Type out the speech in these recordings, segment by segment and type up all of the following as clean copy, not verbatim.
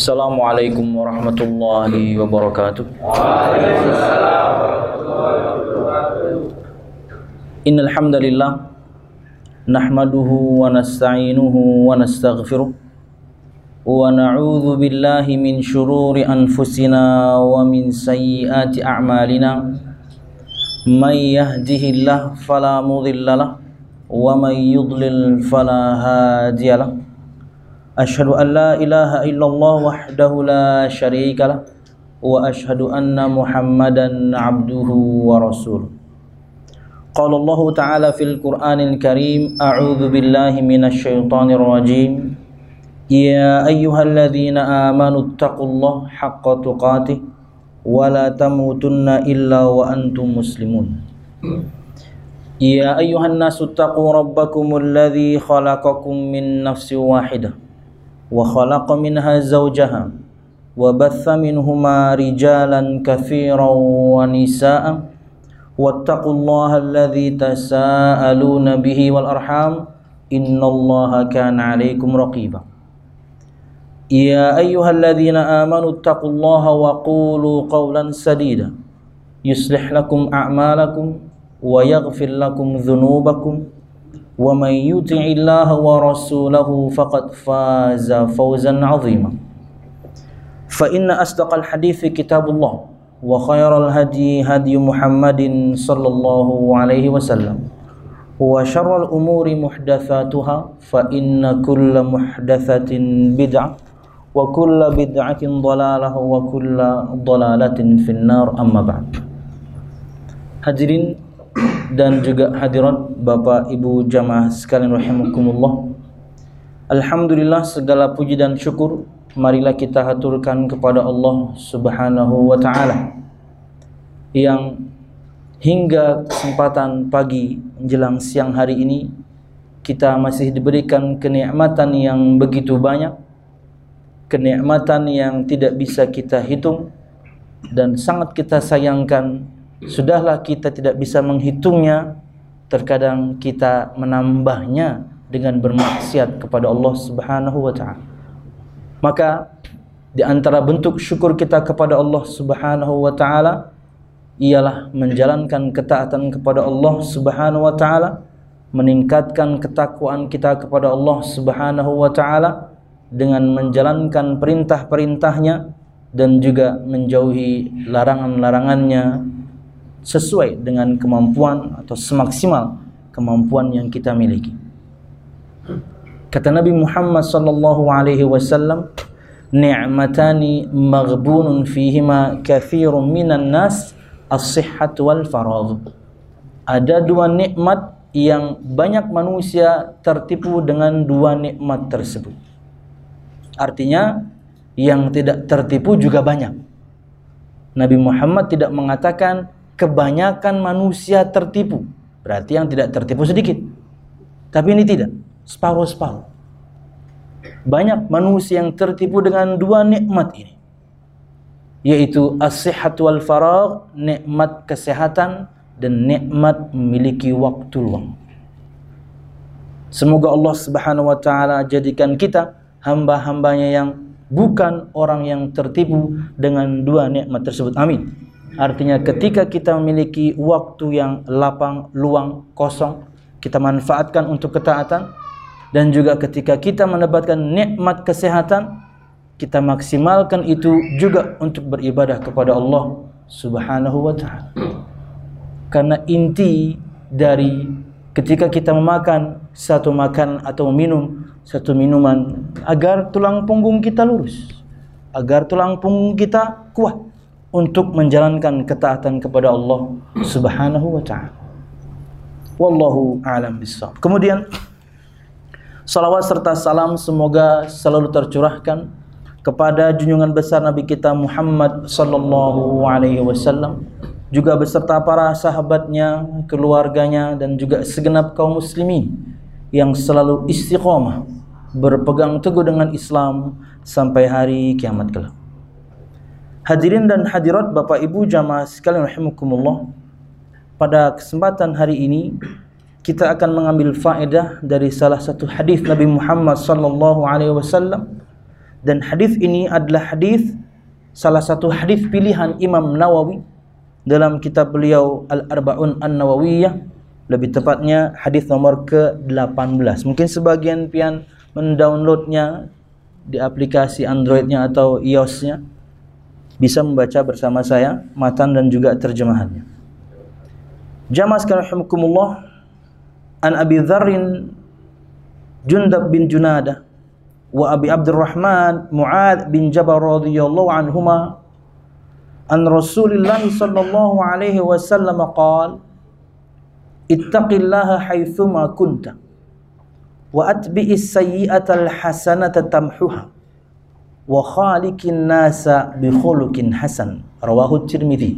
Assalamualaikum warahmatullahi wabarakatuh. Waalaikumsalam warahmatullahi wabarakatuh. Innal hamdalillah nahmaduhu wa nasta'inuhu wa nastaghfiruh wa na'udzu billahi min shururi anfusina wa min sayyiati a'malina. May yahdihillahu fala mudhillalah wa may yudlil fala hadiyalah. Asyhadu an la ilaha illallah wahdahu la syarikalah wa asyhadu anna Muhammadan abduhu wa rasuluh. Qala Allah ta'ala fil Qur'anil Karim, a'udzu billahi minasy syaithanir rajim. Ya ayyuhalladzina amanu taqullaha haqqa tuqatih wa la tamutunna illa wa antum muslimun. Ya ayyuhan nasu taqu rabbakumul ladzi khalaqakum min nafsin wahidah wa khalaqa minha zawjaha wa batha minhuma rijalan katsiran wa nisaa wattaqullaha alladzi tasaaluna bihi wal arham innallaha kana 'alaikum raqiba. Ya ayyuhalladzina amanu taqullaha wa qulu qawlan sadida yuslih lakum a'malakum wa yaghfir lakum dhunubakum wa may yuti'illaha wa rasulahu faqad faza fawzan 'azima. Fa inna asdaqal hadithi kitabullah wa khairal hadi hadi Muhammadin sallallahu alaihi wasallam wa syarral umuri muhdatsatuha fa inna kulla muhdatsatin bid'ah wa kulla bid'atin dhalalah wa kulla dhalalatin finnar, amma ba'd. Hadirin dan juga hadirat Bapak Ibu jamaah sekalian rahimakumullah. Alhamdulillah, segala puji dan syukur marilah kita haturkan kepada Allah Subhanahu wa taala yang hingga kesempatan pagi menjelang siang hari ini kita masih diberikan kenikmatan yang begitu banyak, kenikmatan yang tidak bisa kita hitung dan sangat kita sayangkan. Sudahlah kita tidak bisa menghitungnya, terkadang kita menambahnya dengan bermaksiat kepada Allah Subhanahu wa taala. Maka di antara bentuk syukur kita kepada Allah Subhanahu wa taala ialah menjalankan ketaatan kepada Allah Subhanahu wa taala, meningkatkan ketakwaan kita kepada Allah Subhanahu wa taala dengan menjalankan perintah-perintahnya dan juga menjauhi larangan-larangannya sesuai dengan kemampuan atau semaksimal kemampuan yang kita miliki. Kata Nabi Muhammad sallallahu alaihi wasallam, ni'matani maghbunun fihima katsirun minan nas, as-sihhat wal faragh. Ada dua nikmat yang banyak manusia tertipu dengan dua nikmat tersebut. Artinya yang tidak tertipu juga banyak. Nabi Muhammad tidak mengatakan kebanyakan manusia tertipu, berarti yang tidak tertipu sedikit. Tapi ini tidak, separuh-separuh. Banyak manusia yang tertipu dengan dua nikmat ini, yaitu as-sihhat wal faragh, nikmat kesehatan dan nikmat memiliki waktu luang. Semoga Allah Subhanahu wa taala jadikan kita hamba-hambanya yang bukan orang yang tertipu dengan dua nikmat tersebut. Amin. Artinya ketika kita memiliki waktu yang lapang, luang, kosong, kita manfaatkan untuk ketaatan. Dan juga ketika kita mendapatkan nikmat kesehatan, kita maksimalkan itu juga untuk beribadah kepada Allah Subhanahu wa ta'ala. Karena inti dari ketika kita memakan satu makan atau minum satu minuman, agar tulang punggung kita lurus, agar tulang punggung kita kuat untuk menjalankan ketaatan kepada Allah Subhanahu wa ta'ala. Wallahu a'lam bishawab. Kemudian salawat serta salam semoga selalu tercurahkan kepada junjungan besar Nabi kita Muhammad sallallahu alaihi wasallam, juga beserta para sahabatnya, keluarganya dan juga segenap kaum muslimin yang selalu istiqomah berpegang teguh dengan Islam sampai hari kiamat kelak. Hadirin dan hadirat Bapak Ibu jamaah sekalian rahimakumullah, pada kesempatan hari ini kita akan mengambil faedah dari salah satu hadis Nabi Muhammad sallallahu alaihi wasallam Dan hadis ini adalah salah satu hadis pilihan Imam Nawawi dalam kitab beliau Al-Arba'un An-Nawawiyah, lebih tepatnya hadis nomor ke-18. Mungkin sebagian pian mendownloadnya di aplikasi Androidnya atau iOS-nya, bisa membaca bersama saya matan dan juga terjemahannya. Jamaah sekalian rahimakumullah, an Abi Dzarrin Jundab bin Junadah wa Abi Abdurrahman Mu'adz bin Jabal radhiyallahu anhuma an Rasulillah sallallahu alaihi wasallam qala ittaqillaha haitsuma kunta wa atbi'is sayyi'atal hasanata tamhuha wa khaliqin nasa bi khuluqin hasan, rawahu Tirmidzi.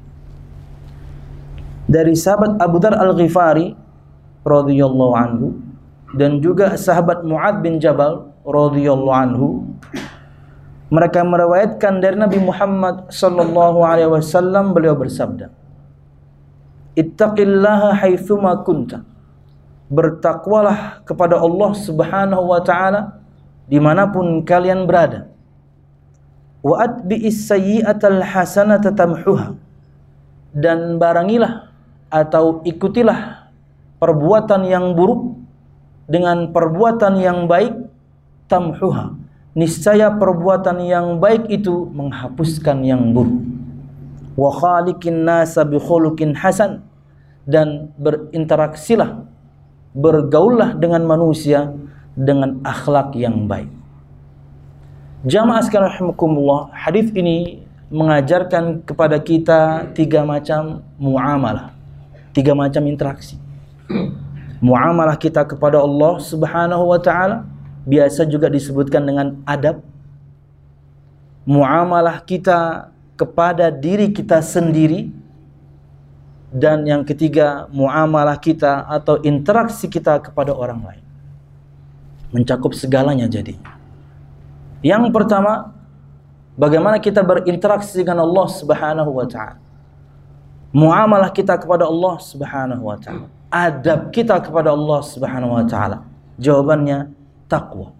Dari sahabat Abu Dzar Al-Ghifari radhiyallahu anhu dan juga sahabat Mu'adz bin Jabal radhiyallahu anhu, mereka meriwayatkan dari Nabi Muhammad sallallahu alaihi wasallam, beliau bersabda, ittaqillaha haitsuma kunta, bertakwalah kepada Allah Subhanahu wa taala dimanapun kalian berada. Wa atbi'is sayyi'atal hasanata tamhuha, dan barangilah atau ikutilah perbuatan yang buruk dengan perbuatan yang baik, tamhuha, niscaya perbuatan yang baik itu menghapuskan yang buruk. Wa khaliqin nasa bi khuluqin hasan, dan berinteraksilah, bergaullah dengan manusia dengan akhlak yang baik. Jamaah sekalian rahimakumullah, hadis ini mengajarkan kepada kita 3 macam muamalah, 3 macam interaksi. Muamalah kita kepada Allah Subhanahu wa taala biasa juga disebutkan dengan adab. Muamalah kita kepada diri kita sendiri, dan yang ketiga muamalah kita atau interaksi kita kepada orang lain. Mencakup segalanya jadinya. Yang pertama, bagaimana kita berinteraksi dengan Allah Subhanahu wa taala. Muamalah kita kepada Allah Subhanahu wa taala. Adab kita kepada Allah Subhanahu wa taala. Jawabannya takwa.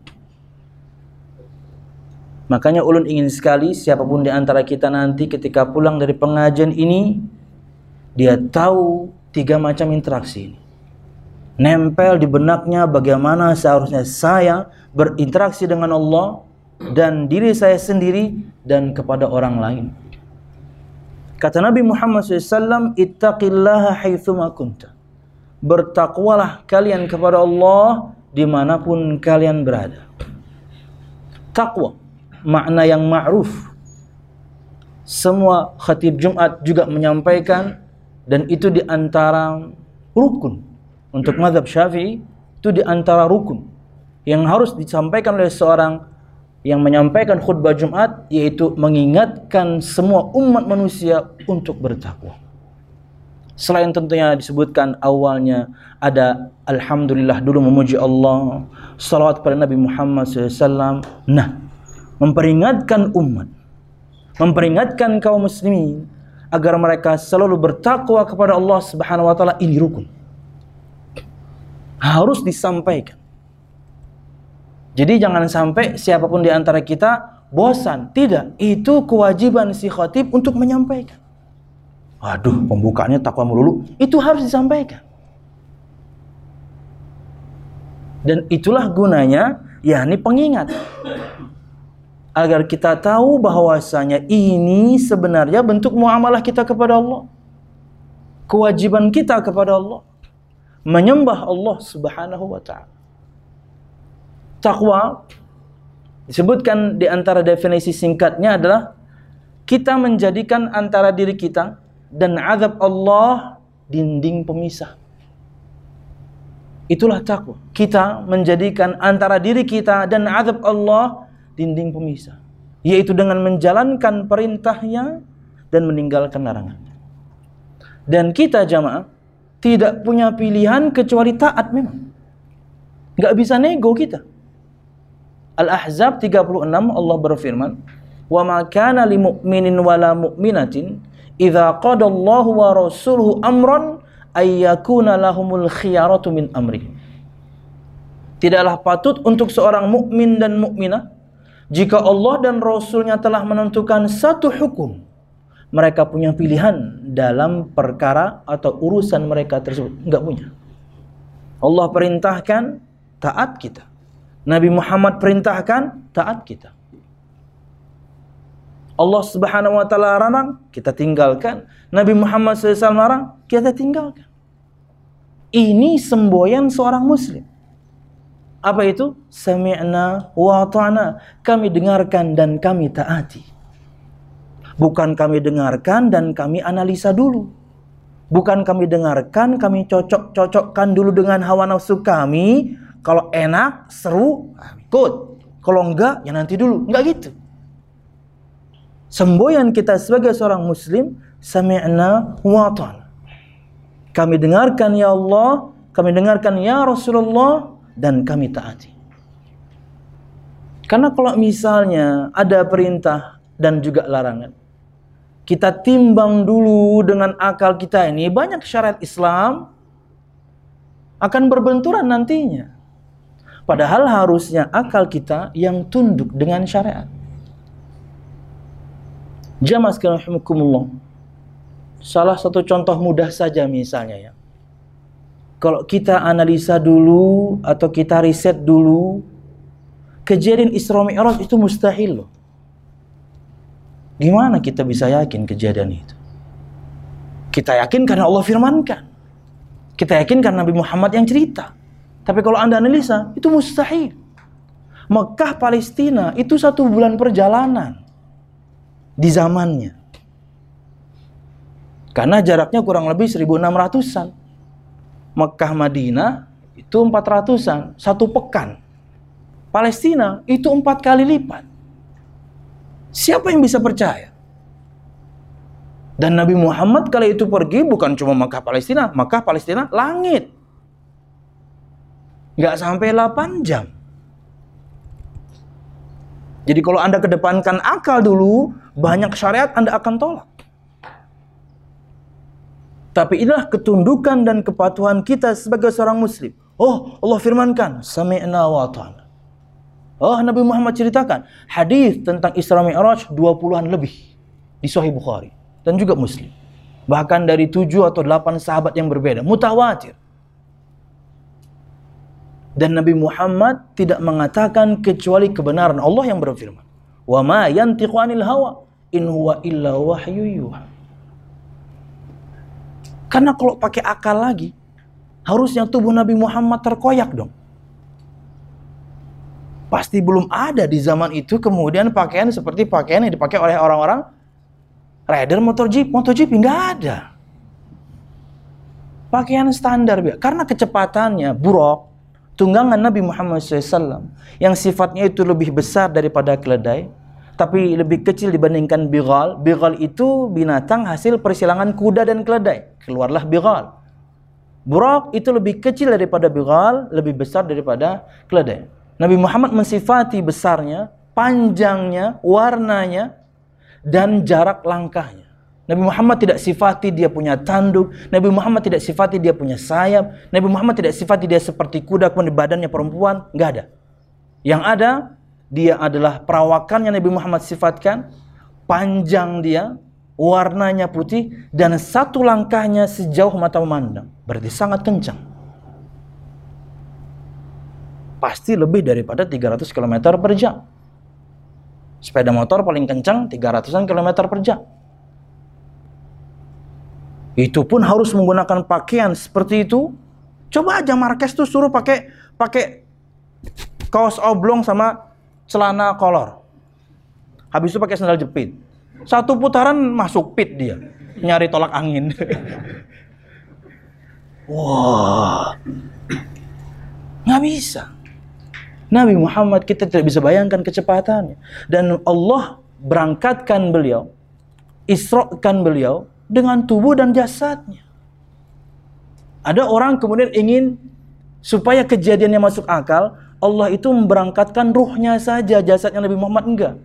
Makanya ulun ingin sekali siapapun di antara kita nanti ketika pulang dari pengajian ini, dia tahu 3 macam interaksi ini. Nempel di benaknya bagaimana seharusnya saya berinteraksi dengan Allah dan diri saya sendiri dan kepada orang lain. Kata Nabi Muhammad SAW, ittaqillaha haitsuma kunta, bertakwalah kalian kepada Allah dimanapun kalian berada. Takwa, makna yang ma'ruf. Semua khatib Jumat juga menyampaikan, dan itu di antara rukun. Untuk mazhab Syafi'i, itu di antara rukun yang harus disampaikan oleh seorang yang menyampaikan khutbah Jumat, yaitu mengingatkan semua umat manusia untuk bertakwa. Selain tentunya disebutkan awalnya ada alhamdulillah dulu, memuji Allah, salawat pada Nabi Muhammad SAW. Nah, memperingatkan umat, memperingatkan kaum muslimin agar mereka selalu bertakwa kepada Allah Subhanahu wa taala, ini rukun. Harus disampaikan. Jadi jangan sampai siapapun di antara kita bosan. Tidak, itu kewajiban si khatib untuk menyampaikan. Aduh, pembukaannya takwa melulu. Itu harus disampaikan. Dan itulah gunanya, yakni pengingat. Agar kita tahu bahwasanya ini sebenarnya bentuk muamalah kita kepada Allah. Kewajiban kita kepada Allah. Menyembah Allah Subhanahu wa ta'ala. Takwa disebutkan di antara definisi singkatnya adalah kita menjadikan antara diri kita dan azab Allah dinding pemisah. Itulah takwa. Kita menjadikan antara diri kita dan azab Allah dinding pemisah, yaitu dengan menjalankan perintahnya dan meninggalkan larangannya. Dan kita jamaah tidak punya pilihan kecuali taat memang. Gak bisa nego kita. Al-Ahzab 36 Allah berfirman, "Wa ma kana lil mu'minin wala mu'minatin idza qadallahu wa rasuluhu amran ay yakuna lahumul khiyaratu min amri." Tidaklah patut untuk seorang mukmin dan mukminah Jika Allah dan Rasulnya telah menentukan satu hukum, mereka punya pilihan dalam perkara atau urusan mereka tersebut. Enggak punya. Allah perintahkan, taat kita. Nabi Muhammad perintahkan, taat kita. Allah Subhanahu wa taala larang, kita tinggalkan. Nabi Muhammad SAW larang, kita tinggalkan. Ini semboyan seorang muslim. Apa itu? Sami'na wa ta'na. Kami dengarkan dan kami taati. Bukan kami dengarkan dan kami analisa dulu. Bukan kami dengarkan, kami cocok-cocokkan dulu dengan hawa nafsu kami. Kalau enak, seru, ikut. Kalau enggak, ya nanti dulu. Enggak gitu. Semboyan kita sebagai seorang muslim, sami'na wa ta'na. Kami dengarkan ya Allah, kami dengarkan ya Rasulullah, dan kami taati. Karena kalau misalnya ada perintah dan juga larangan, kita timbang dulu dengan akal kita ini, banyak syariat Islam akan berbenturan nantinya. Padahal harusnya akal kita yang tunduk dengan syariat. Jamaah sekalian rahimakumullah. Salah satu contoh mudah saja misalnya ya. Kalau kita analisa dulu atau kita riset dulu, kejadian Isra Mi'raj itu mustahil loh. Gimana kita bisa yakin kejadian itu? Kita yakin karena Allah firmankan. Kita yakin karena Nabi Muhammad yang cerita. Tapi kalau Anda analisa, itu mustahil. Mekah Palestina itu 1 bulan perjalanan di zamannya. Karena jaraknya kurang lebih 1600-an. Mekah Madinah itu 400-an, 1 pekan. Palestina itu 4 kali lipat. Siapa yang bisa percaya? Dan Nabi Muhammad kali itu pergi bukan cuma Mekah Palestina, langit. Nggak sampai 8 jam. Jadi kalau Anda kedepankan akal dulu, banyak syariat Anda akan tolak. Tapi inilah ketundukan dan kepatuhan kita sebagai seorang muslim. Oh, Allah firmankan, sami'na wa ta'na. Oh, Nabi Muhammad ceritakan hadis tentang Isra Mi'raj 20-an lebih di Sahih Bukhari dan juga Muslim. Bahkan dari 7 atau 8 sahabat yang berbeda, mutawatir. Dan Nabi Muhammad tidak mengatakan kecuali kebenaran. Allah yang berfirman, "Wa ma yantiqu 'anil hawa in huwa illa wahyu yuha." Karena kalau pakai akal lagi, harusnya tubuh Nabi Muhammad terkoyak dong. Pasti belum ada di zaman itu kemudian pakaian seperti pakaian yang dipakai oleh orang-orang rider MotoGP, nggak ada. Pakaian standar, karena kecepatannya buruk, tunggangan Nabi Muhammad SAW yang sifatnya itu lebih besar daripada keledai, tapi lebih kecil dibandingkan bighal. Bighal itu binatang hasil persilangan kuda dan keledai. Keluarlah bighal. Burak itu lebih kecil daripada bighal, lebih besar daripada keledai. Nabi Muhammad mensifati besarnya, panjangnya, warnanya, dan jarak langkahnya. Nabi Muhammad tidak sifati dia punya tanduk. Nabi Muhammad tidak sifati dia punya sayap. Nabi Muhammad tidak sifati dia seperti kuda, kemudian badannya perempuan. Nggak ada. Yang ada, dia adalah perawakannya Nabi Muhammad sifatkan, panjang dia, warnanya putih, dan 1 langkahnya sejauh mata memandang. Berarti sangat kencang. Pasti lebih daripada 300 km per jam. Sepeda motor paling kencang 300-an km per jam. Itu pun harus menggunakan pakaian seperti itu. Coba aja Marquez tuh suruh pakai kaos oblong sama celana kolor. Habis itu pakai sandal jepit. 1 putaran masuk pit dia. Nyari tolak angin. Wah. Nggak bisa. Nabi Muhammad kita tidak bisa bayangkan kecepatannya. Dan Allah berangkatkan beliau, isra'kan beliau dengan tubuh dan jasadnya. Ada orang kemudian ingin supaya kejadiannya masuk akal, Allah itu memberangkatkan ruhnya saja, jasadnya Nabi Muhammad enggak.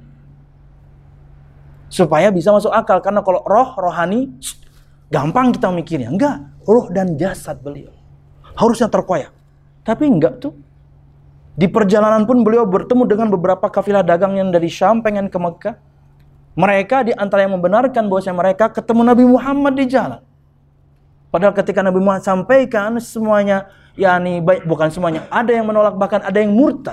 Supaya bisa masuk akal. Karena kalau rohani, gampang kita mikirnya. Enggak, ruh dan jasad beliau harusnya terkoyak. Tapi enggak tuh. Di perjalanan pun beliau bertemu dengan beberapa kafilah dagang yang dari Syam pengen ke Mekah. Mereka di antara yang membenarkan bahwasanya mereka ketemu Nabi Muhammad di jalan. Padahal ketika Nabi Muhammad sampaikan semuanya, bukan semuanya, ada yang menolak, bahkan ada yang murtad.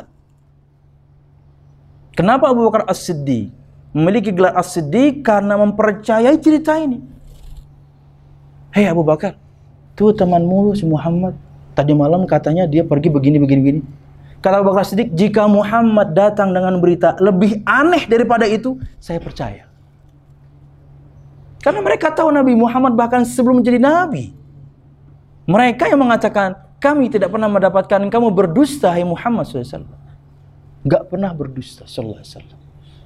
Kenapa Abu Bakar As-Siddiq memiliki gelar As-Siddiq? Karena mempercayai cerita ini. Hei Abu Bakar, tuh temanmu si Muhammad, tadi malam katanya dia pergi begini. Kata Abu Bakar As-Siddiq, jika Muhammad datang dengan berita lebih aneh daripada itu, saya percaya. Karena mereka tahu Nabi Muhammad bahkan sebelum menjadi Nabi. Mereka yang mengatakan, kami tidak pernah mendapatkan kamu berdusta, hai Muhammad SAW. Gak pernah berdusta, sallallahu alaihi wasallam.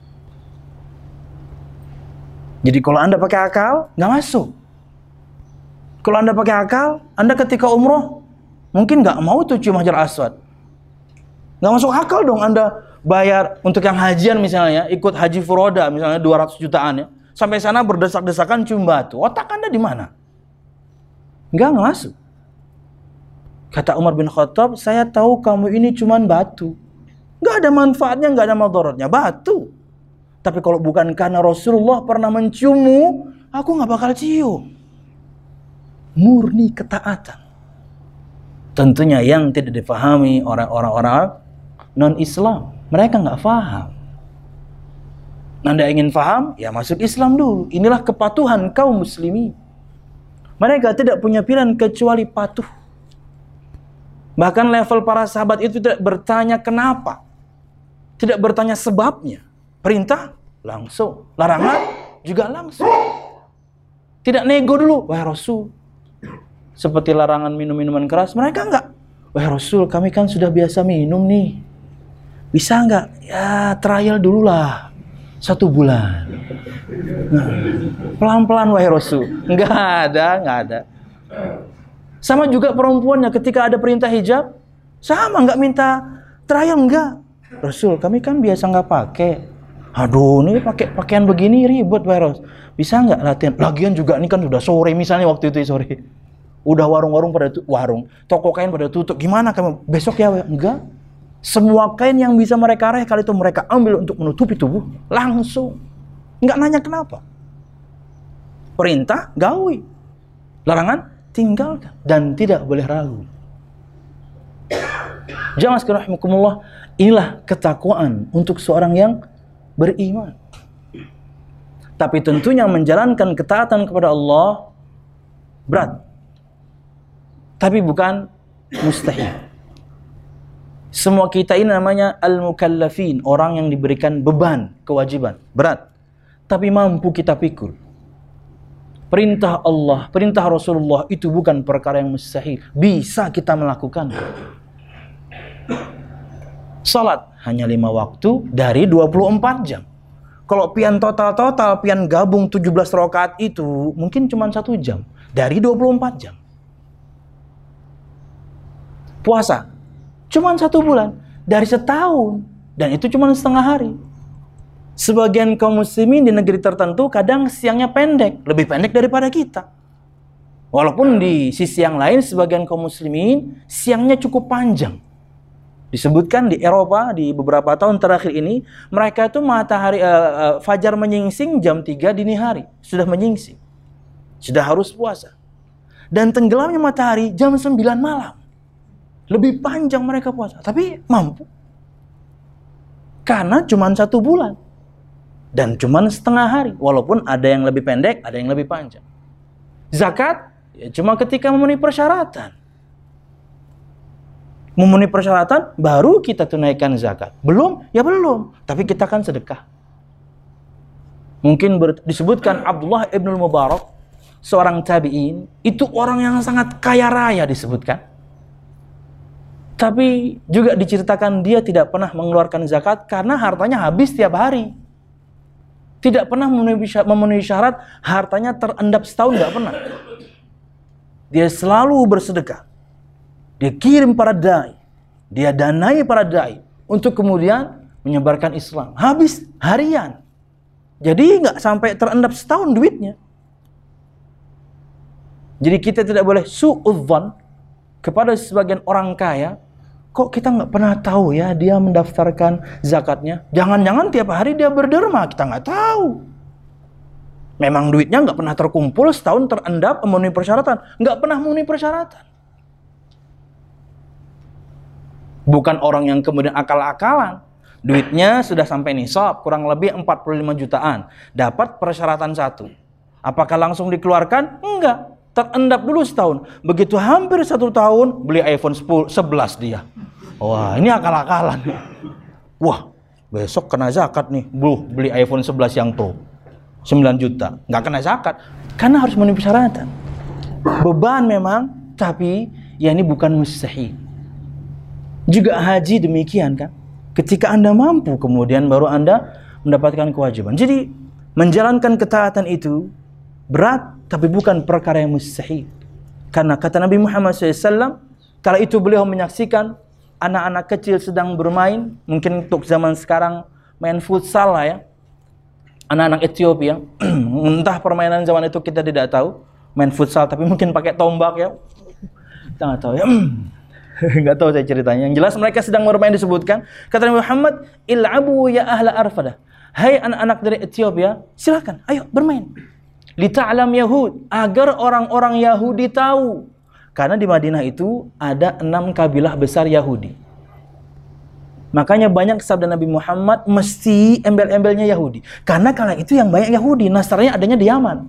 Jadi kalau Anda pakai akal, gak masuk. Kalau Anda pakai akal, Anda ketika umroh, mungkin gak mau tuh cium Hajar Aswad. Gak masuk akal dong Anda bayar untuk yang hajian misalnya, ikut haji furoda misalnya 200 jutaan ya. Sampai sana berdesak-desakan cium batu. Otak Anda di mana? Gak masuk. Kata Umar bin Khattab, saya tahu kamu ini cuman batu. Gak ada manfaatnya, gak ada madaratnya. Batu. Tapi kalau bukan karena Rasulullah pernah menciummu, aku gak bakal cium. Murni ketaatan. Tentunya yang tidak difahami orang-orang non-Islam. Mereka nggak paham. Anda ingin paham? Ya masuk Islam dulu. Inilah kepatuhan kaum muslimin. Mereka tidak punya pilihan kecuali patuh. Bahkan level para sahabat itu tidak bertanya kenapa. Tidak bertanya sebabnya. Perintah langsung. Larangan juga langsung. Tidak nego dulu. Wahai Rasul. Seperti larangan minum-minuman keras. Mereka enggak. Wahai Rasul, kami kan sudah biasa minum nih. Bisa enggak? Ya trial dulu lah. 1 bulan. Nah, pelan-pelan wahai Rasul. Enggak ada. Sama juga perempuannya ketika ada perintah hijab. Sama, enggak minta trial, enggak. Rasul, kami kan biasa enggak pakai. Aduh, ini pakai pakaian begini ribet wahai Rasul. Bisa enggak latihan? Lagian juga ini kan sudah sore misalnya waktu itu sore. Udah warung-warung pada toko kain pada tutup. Gimana kamu? Besok ya? Enggak. Semua kain yang bisa mereka raih kali itu mereka ambil untuk menutupi tubuh. Langsung. Enggak nanya kenapa. Perintah, gawi. Larangan, tinggalkan. Dan tidak boleh ragu. Jamaah sekalian rahimakumullah, inilah ketakwaan untuk seorang yang beriman. Tapi tentunya menjalankan ketaatan kepada Allah berat. Tapi bukan mustahil. Semua kita ini namanya al-mukallafin, orang yang diberikan beban, kewajiban, berat. Tapi mampu kita pikul. Perintah Allah, perintah Rasulullah itu bukan perkara yang mustahil. Bisa kita melakukan. Salat hanya 5 waktu dari 24 jam. Kalau pian total, pian gabung 17 rakaat itu mungkin cuma 1 jam. Dari 24 jam. Puasa cuma 1 bulan dari setahun, dan itu cuma setengah hari. Sebagian kaum muslimin di negeri tertentu kadang siangnya pendek, lebih pendek daripada kita. Walaupun di sisi yang lain sebagian kaum muslimin siangnya cukup panjang. Disebutkan di Eropa di beberapa tahun terakhir ini, mereka itu matahari fajar menyingsing jam 3 dini hari, sudah menyingsing. Sudah harus puasa. Dan tenggelamnya matahari jam 9 malam. Lebih panjang mereka puasa, tapi mampu. Karena cuma 1 bulan. Dan cuma setengah hari. Walaupun ada yang lebih pendek, ada yang lebih panjang. Zakat, ya cuma ketika memenuhi persyaratan. Memenuhi persyaratan, baru kita tunaikan zakat. Belum? Ya belum. Tapi kita kan sedekah. Mungkin disebutkan Abdullah ibn Mubarak, seorang tabi'in, itu orang yang sangat kaya raya disebutkan. Tapi juga diceritakan dia tidak pernah mengeluarkan zakat karena hartanya habis tiap hari. Tidak pernah memenuhi syarat, hartanya terendap setahun, tidak pernah. Dia selalu bersedekah. Dia kirim para dai. Dia danai para dai untuk kemudian menyebarkan Islam. Habis harian. Jadi nggak sampai terendap setahun duitnya. Jadi kita tidak boleh su'udzon kepada sebagian orang kaya kok kita nggak pernah tahu ya dia mendaftarkan zakatnya? Jangan-jangan tiap hari dia berderma, kita nggak tahu. Memang duitnya nggak pernah terkumpul, setahun terendap memenuhi persyaratan, nggak pernah memenuhi persyaratan. Bukan orang yang kemudian akal-akalan, duitnya sudah sampai nisab, kurang lebih 45 jutaan, dapat persyaratan 1. Apakah langsung dikeluarkan? Enggak. Terendap dulu setahun. Begitu hampir 1 tahun, beli iPhone 11 dia. Wah, ini akal-akalan. Wah, besok kena zakat nih. Beli iPhone 11 yang Pro. 9 juta. Nggak kena zakat. Karena harus memenuhi persyaratan. Beban memang, tapi ya ini bukan mustahil. Juga haji demikian kan. Ketika Anda mampu, kemudian baru Anda mendapatkan kewajiban. Jadi, menjalankan ketaatan itu berat, tapi bukan perkara yang mustahil. Karena kata Nabi Muhammad SAW, kala itu beliau menyaksikan anak-anak kecil sedang bermain, mungkin untuk zaman sekarang main futsal lah ya, anak-anak Ethiopia, entah permainan zaman itu kita tidak tahu, main futsal tapi mungkin pakai tombak ya, kita nggak tahu ya, nggak tahu saya ceritanya. Yang jelas mereka sedang bermain disebutkan, kata Nabi Muhammad, il'abu ya ahla arfadah, hai anak-anak dari Ethiopia, silakan, ayo bermain. Lita'lam Yahud, agar orang-orang Yahudi tahu. Karena di Madinah itu ada 6 kabilah besar Yahudi. Makanya banyak sabda Nabi Muhammad mesti embel-embelnya Yahudi. Karena kala itu yang banyak Yahudi, Nasrani adanya di Yaman.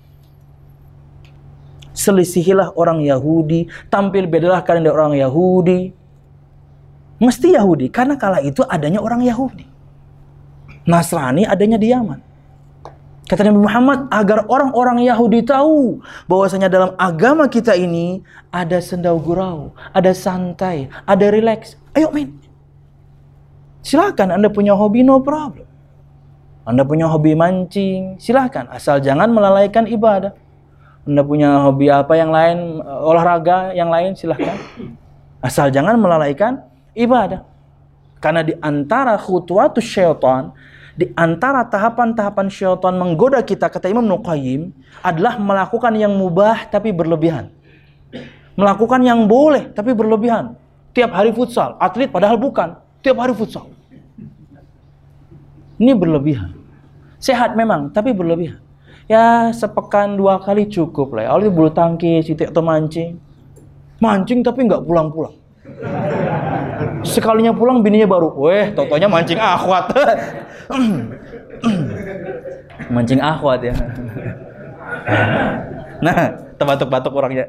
Selisihilah orang Yahudi, tampil bedalah kalian dari orang Yahudi. Mesti Yahudi, karena kala itu adanya orang Yahudi. Nasrani adanya di Yaman. Kata Nabi Muhammad, agar orang-orang Yahudi tahu bahwasanya dalam agama kita ini ada sendau gurau, ada santai, ada rileks. Ayo main. Silakan Anda punya hobi, no problem. Anda punya hobi mancing, silakan, asal jangan melalaikan ibadah. Anda punya hobi apa yang lain, olahraga yang lain, silakan. Asal jangan melalaikan ibadah. Karena di antara khutwatus syaitan, di antara tahapan-tahapan syaitan menggoda kita, kata Imam Nuqayyim, adalah melakukan yang mubah tapi berlebihan. Melakukan yang boleh tapi berlebihan. Tiap hari futsal, atlet padahal bukan. Tiap hari futsal. Ini berlebihan. Sehat memang, tapi berlebihan. Ya sepekan 2 kali cukup lah. Oleh bulu tangkis, atau mancing. Mancing tapi nggak pulang-pulang. Sekalinya pulang bininya baru, totonya mancing akhwat. Mancing akhwat ya. Nah, terbatuk-batuk orangnya.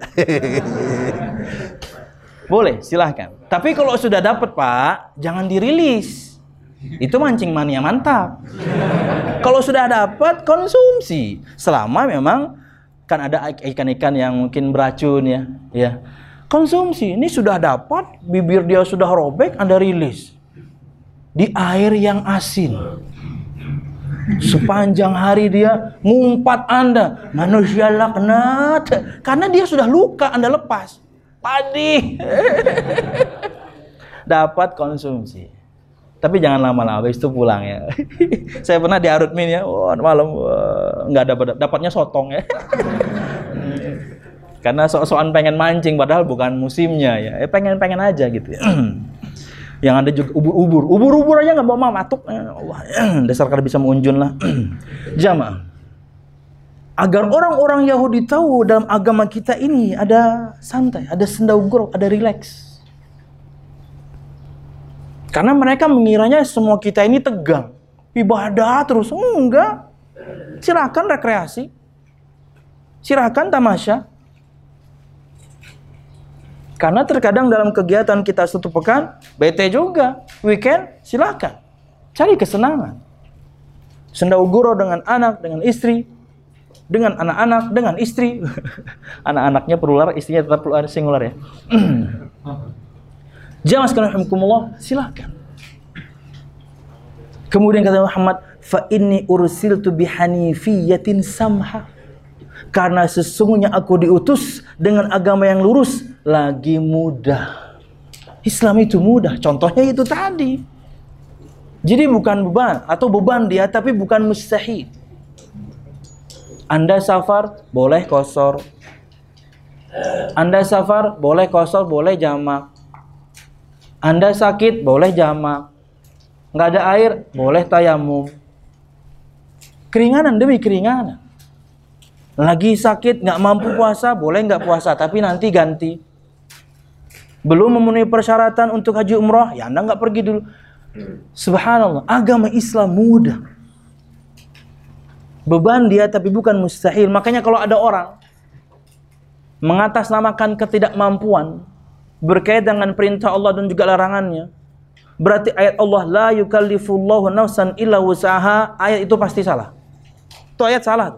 Boleh, silahkan. Tapi kalau sudah dapat Pak, jangan dirilis. Itu mancing mania mantap. Kalau sudah dapat, konsumsi. Selama memang kan ada ikan-ikan yang mungkin beracun ya. Konsumsi. Ini sudah dapat, bibir dia sudah robek, Anda rilis. Di air yang asin. Sepanjang hari dia ngumpat Anda. Manusia laknat. Karena dia sudah luka, Anda lepas. Padi. Dapat konsumsi. Tapi jangan lama-lama, habis itu pulang ya. Saya pernah di Arutmin ya, malam nggak dapatnya sotong ya. Karena sok-sokan pengen mancing, padahal bukan musimnya ya. Pengen-pengen aja gitu ya. Yang ada juga ubur-ubur aja nggak mau matuk. Wah, dasar kada bisa mengunjun lah. Jamaah. Agar orang-orang Yahudi tahu dalam agama kita ini ada santai, ada sendau gurau, ada rileks. Karena mereka mengiranya semua kita ini tegang, ibadah terus. Enggak. Silakan rekreasi. Silakan tamasya. Karena terkadang dalam kegiatan kita 1 pekan, bete juga. Weekend, silakan. Cari kesenangan. Sendau gurau dengan anak, dengan istri. Dengan anak-anak, dengan istri. Anak-anaknya plural, istrinya tetap singular ya. Jamaah sekalian rahimakumullah, silakan. Kemudian kata Muhammad, fa inni ursiltu bihanifiyatin samha. Karena sesungguhnya aku diutus dengan agama yang lurus, lagi mudah. Islam itu mudah. Contohnya itu tadi. Jadi bukan beban, atau beban dia, tapi bukan mustahil. Anda safar, boleh qashar. Anda safar, boleh qashar, boleh jamak. Anda sakit, boleh jamak. Nggak ada air, boleh tayamum. Keringanan demi keringanan. Lagi sakit, nggak mampu puasa, boleh nggak puasa, tapi nanti ganti. Belum memenuhi persyaratan untuk haji umrah, ya Anda nggak pergi dulu. Subhanallah, agama Islam mudah. Beban dia tapi bukan mustahil. Makanya kalau ada orang mengatasnamakan ketidakmampuan berkait dengan perintah Allah dan juga larangannya, berarti ayat Allah la yukallifullahu nafsan illa wus'aha, ayat itu pasti salah. Itu ayat salah.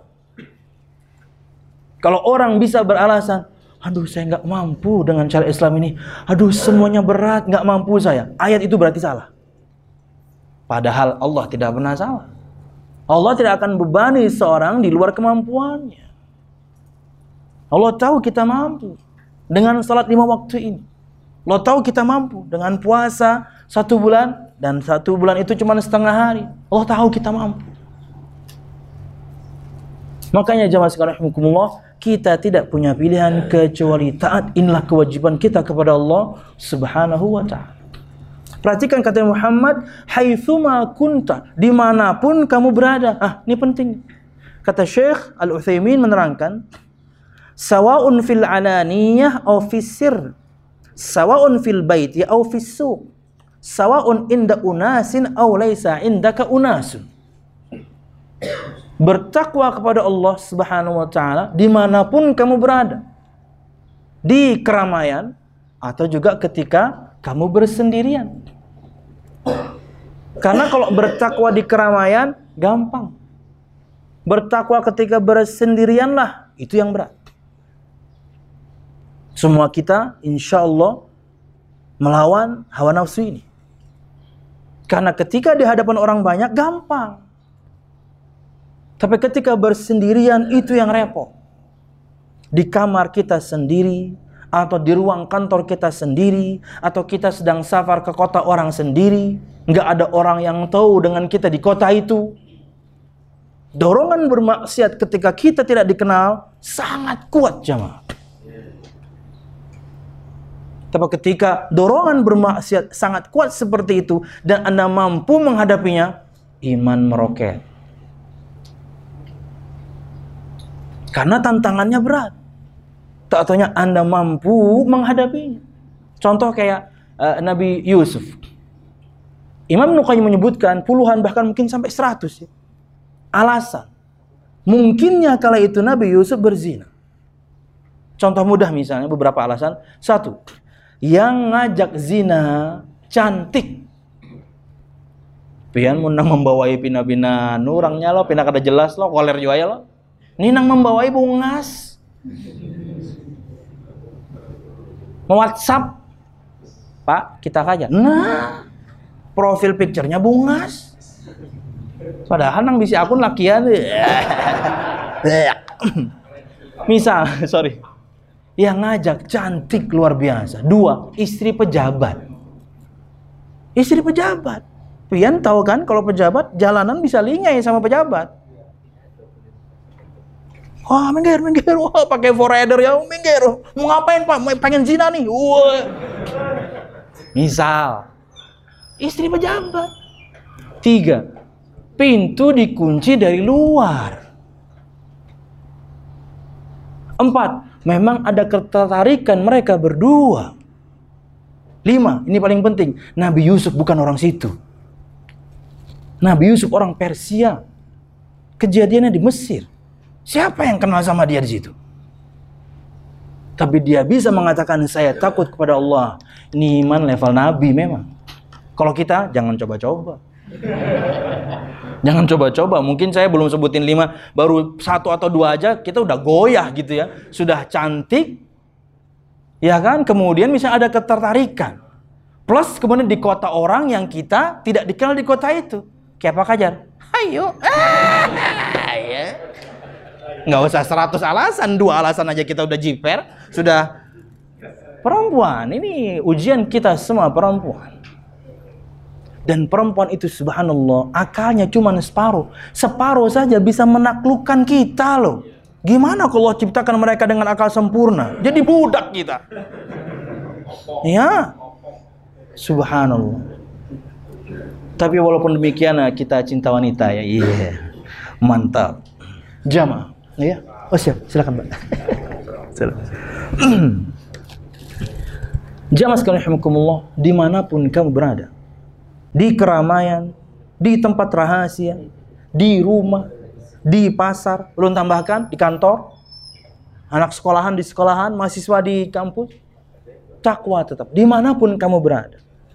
Kalau orang bisa beralasan, aduh saya nggak mampu dengan cara Islam ini, aduh semuanya berat, nggak mampu saya, ayat itu berarti salah. Padahal Allah tidak pernah salah. Allah tidak akan bebani seorang di luar kemampuannya. Allah tahu kita mampu dengan salat 5 waktu ini. Allah tahu kita mampu dengan puasa 1 bulan, dan 1 bulan itu cuma setengah hari. Allah tahu kita mampu. Makanya jamaah sekalian rahimakumullah, kita tidak punya pilihan kecuali taat. Inilah kewajiban kita kepada Allah Subhanahu wa ta'ala. Perhatikan kata Muhammad, haitsuma kunta, dimanapun kamu berada. Ini penting. Kata Syekh Al-Utsaimin menerangkan, sawa'un fil alaniyah aw fis sir, sawa'un fil baiti aw fis suq, sawa'un inda unasin aw laisa indaka unasun. Bertakwa kepada Allah Subhanahu wa ta'ala dimanapun kamu berada, di keramaian atau juga ketika kamu bersendirian. Karena kalau bertakwa di keramaian gampang, bertakwa ketika bersendirianlah itu yang berat. Semua kita insya Allah melawan hawa nafsu ini. Karena ketika di hadapan orang banyak gampang, tapi ketika bersendirian itu yang repot. Di kamar kita sendiri, atau di ruang kantor kita sendiri, atau kita sedang safar ke kota orang sendiri, nggak ada orang yang tahu dengan kita di kota itu. Dorongan bermaksiat ketika kita tidak dikenal sangat kuat jamaah. Tapi ketika dorongan bermaksiat sangat kuat seperti itu dan Anda mampu menghadapinya, iman meroket. Karena tantangannya berat. Tak taunya Anda mampu menghadapinya. Contoh kayak Nabi Yusuf. Imam Ibnu Qayyim menyebutkan puluhan bahkan mungkin sampai 100 ya. Alasan mungkinnya kala itu Nabi Yusuf berzina. Contoh mudah misalnya beberapa alasan. 1, yang ngajak zina cantik. Pian mun nang membawai pina-pina nurangnya lo, pina kada jelas lo, koler juga ya lo. Ini nang membawai bungas. WhatsApp, Pak, kita kaja. Nah, profil picture-nya bungas. Padahal nang bisi akun lakian. Misal, sorry. Yang ngajak cantik luar biasa. 2, istri pejabat. Istri pejabat. Pian tahu kan kalau pejabat jalanan bisa lingai sama pejabat. Wah, minggir. Wah, pakai forerunner ya, minggir. Mau ngapain, Pak? Pengen zina nih. Wah. Misal, istri pejabat. 3, pintu dikunci dari luar. 4, memang ada ketertarikan mereka berdua. 5, ini paling penting. Nabi Yusuf bukan orang situ. Nabi Yusuf orang Persia. Kejadiannya di Mesir. Siapa yang kenal sama dia di situ? Tapi dia bisa mengatakan saya takut kepada Allah. Ini iman level Nabi memang. Kalau kita jangan coba-coba. Jangan coba-coba. Mungkin saya belum sebutin 5, baru 1 atau 2 aja kita udah goyah gitu ya. Sudah cantik, ya kan? Kemudian misalnya ada ketertarikan. Plus kemudian di kota orang yang kita tidak dikenal di kota itu. Kayak Pak Kajar. Ayo. Ya. Nggak usah 100 alasan, 2 alasan aja kita udah jiper. Sudah perempuan. Ini ujian kita semua perempuan. Dan perempuan itu subhanallah akalnya cuma separuh. Separuh saja bisa menaklukkan kita loh. Gimana kalau Allah ciptakan mereka dengan akal sempurna? Jadi budak kita. Ya. Subhanallah. Tapi walaupun demikian kita cinta wanita ya. Iya. Mantap. Jamaah. Ya. Oh siap, silakan Mbak. Silakan. Jamaah sekalian rahimakumullah, dimanapun kamu berada, di keramaian, di tempat rahasia, di rumah, di pasar, belum tambahkan di kantor, anak sekolahan di sekolahan, mahasiswa di kampus, takwa tetap dimanapun kamu berada.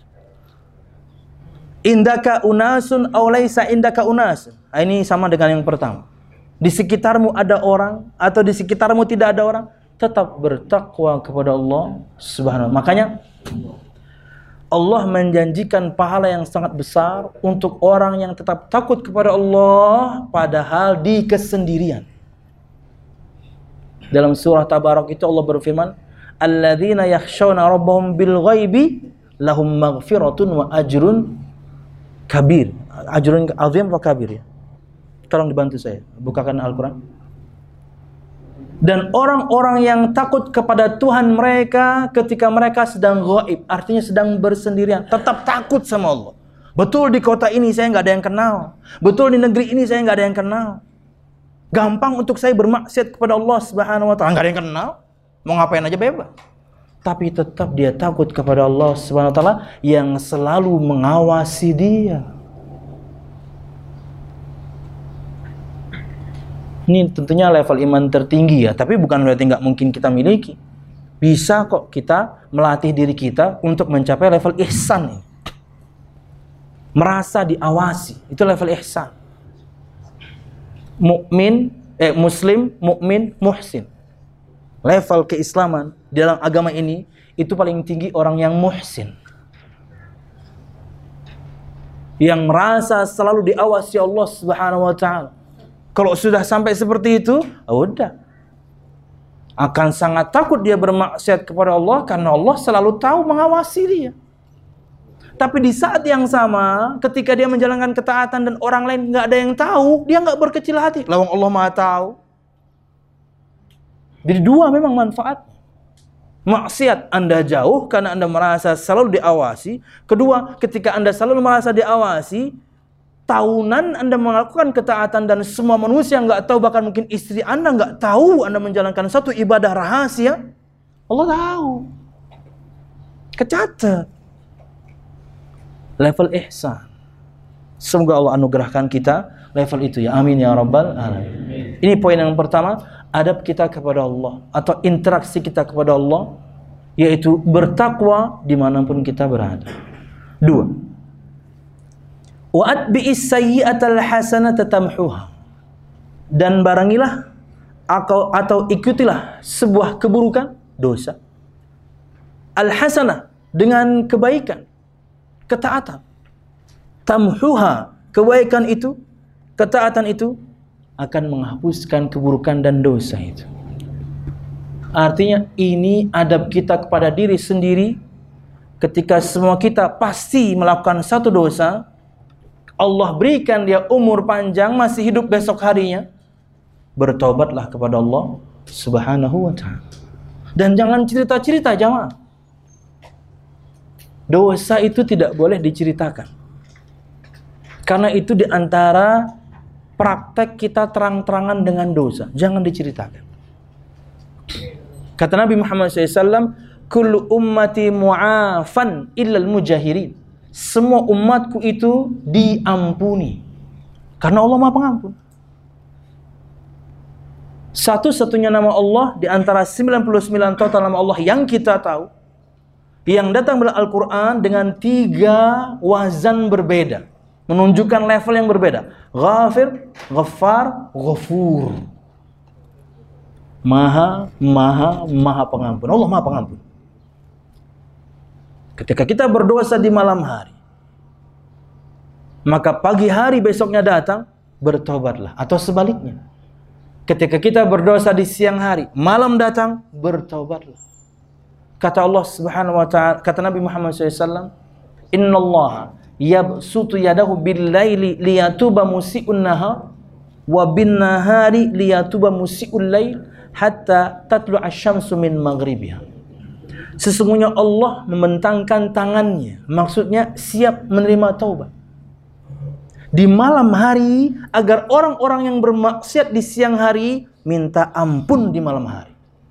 Indaka unasun aw laisa indaka unasun. Ini sama dengan yang pertama. Di sekitarmu ada orang atau di sekitarmu tidak ada orang, tetap bertakwa kepada Allah Subhanahu. Makanya Allah menjanjikan pahala yang sangat besar untuk orang yang tetap takut kepada Allah padahal di kesendirian. Dalam surah Tabarak itu Allah berfirman, "Alladzina yakhshawna rabbahum bil ghaibi lahum maghfiratun wa ajrun kabir." Ajrun azim wa kabir ya. Tolong dibantu saya, bukakan Al-Qur'an. Dan orang-orang yang takut kepada Tuhan mereka ketika mereka sedang ghaib, artinya sedang bersendirian, tetap takut sama Allah. Betul di kota ini saya nggak ada yang kenal. Betul di negeri ini saya nggak ada yang kenal. Gampang untuk saya bermaksiat kepada Allah Subhanahu wa taala, nggak ada yang kenal. Mau ngapain aja bebas. Tapi tetap dia takut kepada Allah Subhanahu wa taala yang selalu mengawasi dia. Ini tentunya level iman tertinggi ya, tapi bukan berarti nggak mungkin kita miliki. Bisa kok kita melatih diri kita untuk mencapai level ihsan ini. Merasa diawasi, itu level ihsan. Muslim, mukmin, muhsin. Level keislaman dalam agama ini itu paling tinggi orang yang muhsin. Yang merasa selalu diawasi Allah Subhanahu wa taala. Kalau sudah sampai seperti itu, udah. Akan sangat takut dia bermaksiat kepada Allah karena Allah selalu tahu mengawasi dia. Tapi di saat yang sama, ketika dia menjalankan ketaatan dan orang lain nggak ada yang tahu, dia nggak berkecil hati. Lawang Allah Maha tahu. Jadi dua memang manfaat. Maksiat Anda jauh karena Anda merasa selalu diawasi. Kedua, ketika Anda selalu merasa diawasi, tahunan Anda melakukan ketaatan dan semua manusia nggak tahu, bahkan mungkin istri Anda nggak tahu Anda menjalankan satu ibadah rahasia, Allah tahu. Kecatat. Level ihsan. Semoga Allah anugerahkan kita level itu ya. Amin ya rabbal alamin. Ini poin yang pertama, adab kita kepada Allah atau interaksi kita kepada Allah, yaitu bertakwa dimanapun kita berada. Dua, wa atbi'is sayyi'atal hasanata tamhuha. Dan barangilah atau ikutilah sebuah keburukan, dosa, al-hasanah, dengan kebaikan, ketaatan. Tamhuha, kebaikan itu, ketaatan itu akan menghapuskan keburukan dan dosa itu. Artinya ini adab kita kepada diri sendiri. Ketika semua kita pasti melakukan satu dosa, Allah berikan dia umur panjang, masih hidup besok harinya, bertobatlah kepada Allah Subhanahu wa ta'ala. Dan jangan cerita-cerita jamaah. Dosa itu tidak boleh diceritakan. Karena itu diantara praktek kita terang-terangan dengan dosa. Jangan diceritakan. Kata Nabi Muhammad SAW, kullu ummati mu'afan illal mujahirin. Semua umatku itu diampuni. Karena Allah Maha Pengampun. Satu-satunya nama Allah di antara 99 total nama Allah yang kita tahu, yang datang dalam Al-Quran dengan 3 wazan berbeda, menunjukkan level yang berbeda. Ghafir, Ghaffar, Ghafur. Maha Pengampun. Allah Maha Pengampun. Ketika kita berdosa di malam hari, maka pagi hari besoknya datang, bertobatlah. Atau sebaliknya, ketika kita berdosa di siang hari, malam datang, bertobatlah. Kata Allah Subhanahu wa ta'ala, kata Nabi Muhammad SAW, innallaha yabsutu yadahu bil-laili liyatuba musi'un nahar wa bin-nahari liyatuba musi'ul lail hatta tatlu'a asy-syamsu min maghribiha. Sesungguhnya Allah membentangkan tangannya, maksudnya siap menerima taubat di malam hari, agar orang-orang yang bermaksiat di siang hari minta ampun di malam hari.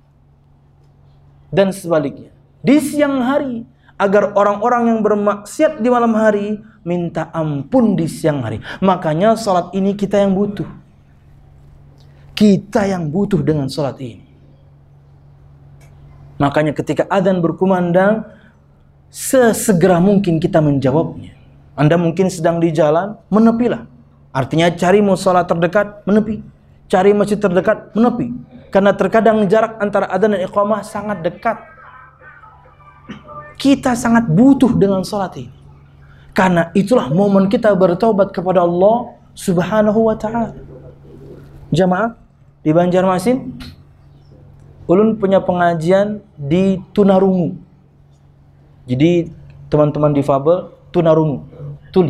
Dan sebaliknya, di siang hari, agar orang-orang yang bermaksiat di malam hari minta ampun di siang hari. Makanya salat ini kita yang butuh. Kita yang butuh dengan salat ini. Makanya ketika adzan berkumandang, sesegera mungkin kita menjawabnya. Anda mungkin sedang di jalan, menepilah. Artinya cari mushola terdekat, menepi. Cari masjid terdekat, menepi. Karena terkadang jarak antara adzan dan iqamah sangat dekat. Kita sangat butuh dengan salat ini. Karena itulah momen kita bertaubat kepada Allah Subhanahu wa ta'ala. Jamaah di Banjarmasin, ulun punya pengajian di tunarungu. Jadi teman-teman difabel tunarungu, tuli.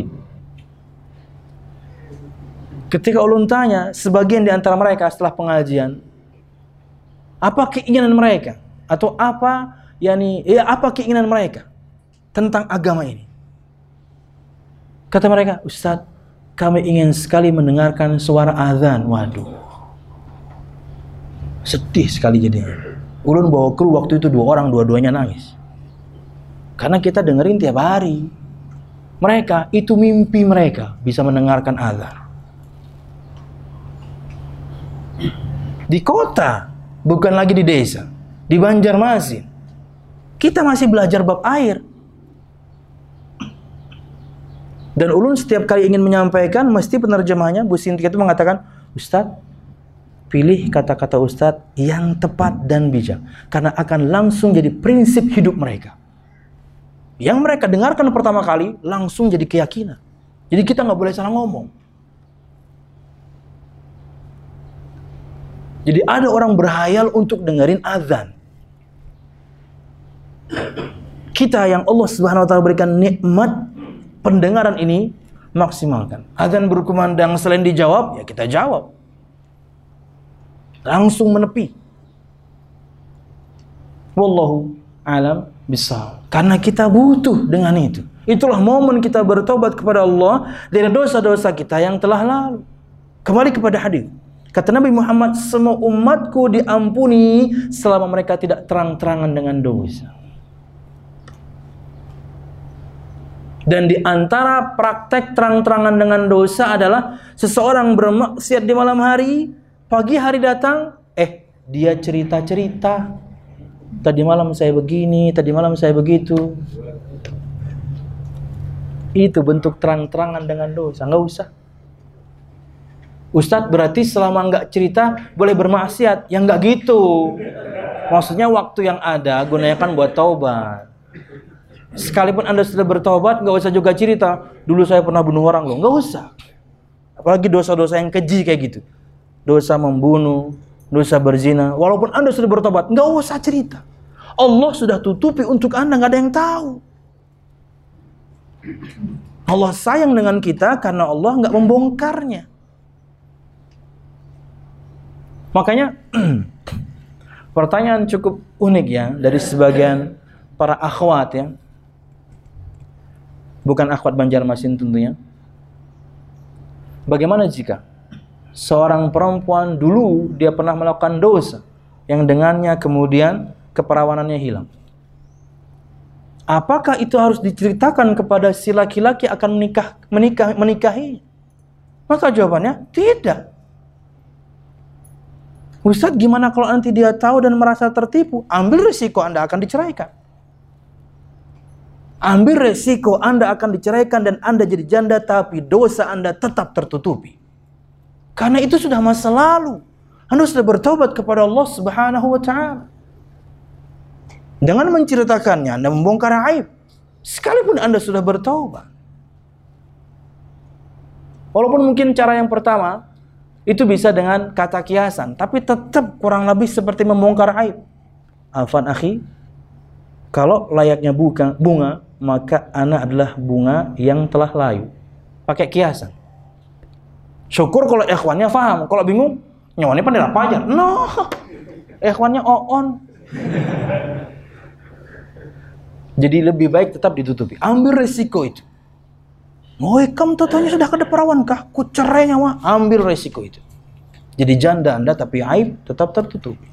Ketika ulun tanya sebagian di antara mereka setelah pengajian, apa keinginan mereka atau apa apa keinginan mereka tentang agama ini? Kata mereka, Ustadz, kami ingin sekali mendengarkan suara azan. Waduh, sedih sekali jadinya. Ulun bawa kru waktu itu 2 orang, dua-duanya nangis. Karena kita dengerin tiap hari. Mereka, itu mimpi mereka bisa mendengarkan azan. Di kota, bukan lagi di desa. Di Banjarmasin, kita masih belajar bab air. Dan ulun setiap kali ingin menyampaikan, mesti penerjemahnya, Bu Sinti itu mengatakan, Ustadz, pilih kata-kata Ustadz yang tepat dan bijak. Karena akan langsung jadi prinsip hidup mereka. Yang mereka dengarkan pertama kali, langsung jadi keyakinan. Jadi kita nggak boleh salah ngomong. Jadi ada orang berhayal untuk dengerin azan. Kita yang Allah Subhanahu wa ta'ala berikan nikmat pendengaran ini, maksimalkan. Azan berkumandang, selain dijawab, ya kita jawab. Langsung menepi. Wallahu a'lam bishawab. Karena kita butuh dengan itu. Itulah momen kita bertobat kepada Allah dari dosa-dosa kita yang telah lalu. Kembali kepada hadis. Kata Nabi Muhammad, semua umatku diampuni selama mereka tidak terang-terangan dengan dosa. Dan di antara praktek terang-terangan dengan dosa adalah seseorang bermaksiat di malam hari, pagi hari datang, dia cerita-cerita. Tadi malam saya begini, tadi malam saya begitu. Itu bentuk terang-terangan dengan dosa. Nggak usah. Ustadz, berarti selama nggak cerita boleh bermaksiat? Ya nggak gitu. Maksudnya waktu yang ada gunakan buat taubat. Sekalipun Anda sudah bertobat, nggak usah juga cerita. Dulu saya pernah bunuh orang loh. Nggak usah. Apalagi dosa-dosa yang keji kayak gitu. Dosa membunuh, dosa berzina. Walaupun Anda sudah bertobat, nggak usah cerita. Allah sudah tutupi untuk Anda, nggak ada yang tahu. Allah sayang dengan kita karena Allah nggak membongkarnya. Makanya pertanyaan cukup unik ya dari sebagian para akhwat ya. Bukan akhwat Banjarmasin tentunya. Bagaimana jika seorang perempuan dulu dia pernah melakukan dosa yang dengannya kemudian keperawanannya hilang? Apakah itu harus diceritakan kepada si laki-laki akan menikahi? Maka jawabannya tidak. Ustadz, gimana kalau nanti dia tahu dan merasa tertipu? Ambil resiko, Anda akan diceraikan. Ambil resiko, Anda akan diceraikan dan Anda jadi janda, tapi dosa Anda tetap tertutupi. Karena itu sudah masa lalu. Anda sudah bertobat kepada Allah Subhanahu wa ta'ala. Dengan menceritakannya, Anda membongkar aib. Sekalipun Anda sudah bertobat. Walaupun mungkin cara yang pertama itu bisa dengan kata kiasan, tapi tetap kurang lebih seperti membongkar aib. Afan akhi, kalau layaknya bunga, maka ana adalah bunga yang telah layu. Pakai kiasan. Syukur kalau ikhwannya paham. Kalau bingung, nyawane pandai apa aja. No, ikhwannya oon. Jadi lebih baik tetap ditutupi. Ambil resiko itu. Oh, kamu totonya sudah ke perawan kah? Ku cerai nyawa. Ambil resiko itu. Jadi janda Anda tapi aib tetap tertutupi.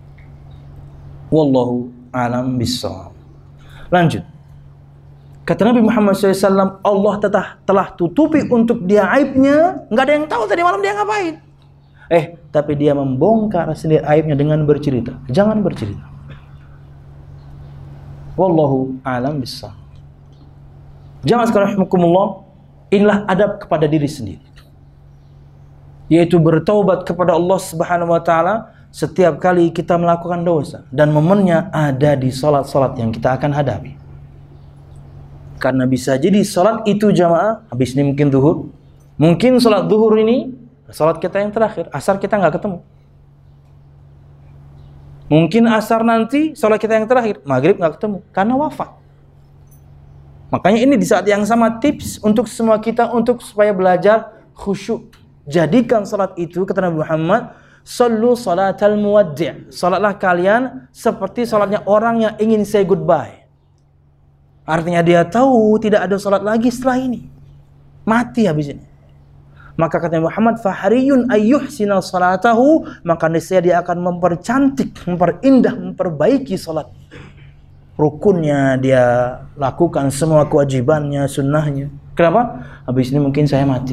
Wallahu a'lam bishawab. Lanjut. Kata Nabi Muhammad SAW, Allah telah tutupi untuk dia aibnya. Nggak ada yang tahu tadi malam dia ngapain. Tapi dia membongkar sendiri aibnya dengan bercerita. Jangan bercerita. Wallahu a'lam bishawab. Jamaah sekalian rahimakumullah, inilah adab kepada diri sendiri. Yaitu bertaubat kepada Allah Subhanahu wa taala setiap kali kita melakukan dosa, dan momennya ada di salat-salat yang kita akan hadapi. Karena bisa jadi salat itu jamaah, habis ini mungkin zuhur, mungkin salat zuhur ini salat kita yang terakhir, asar kita nggak ketemu. Mungkin asar nanti salat kita yang terakhir, maghrib nggak ketemu karena wafat. Makanya ini di saat yang sama tips untuk semua kita untuk supaya belajar khusyuk. Jadikan salat itu, kata Nabi Muhammad, sallu salatal muwaddi'. Salatlah kalian seperti salatnya orang yang ingin say goodbye. Artinya dia tahu tidak ada salat lagi setelah ini. Mati habis ini. Maka kata Nabi Muhammad, fahariyun ayyuhsina salatahu, maka niscaya dia akan mempercantik, memperindah, memperbaiki salat. Rukunnya dia lakukan, semua kewajibannya, sunnahnya. Kenapa? Habis ini mungkin saya mati.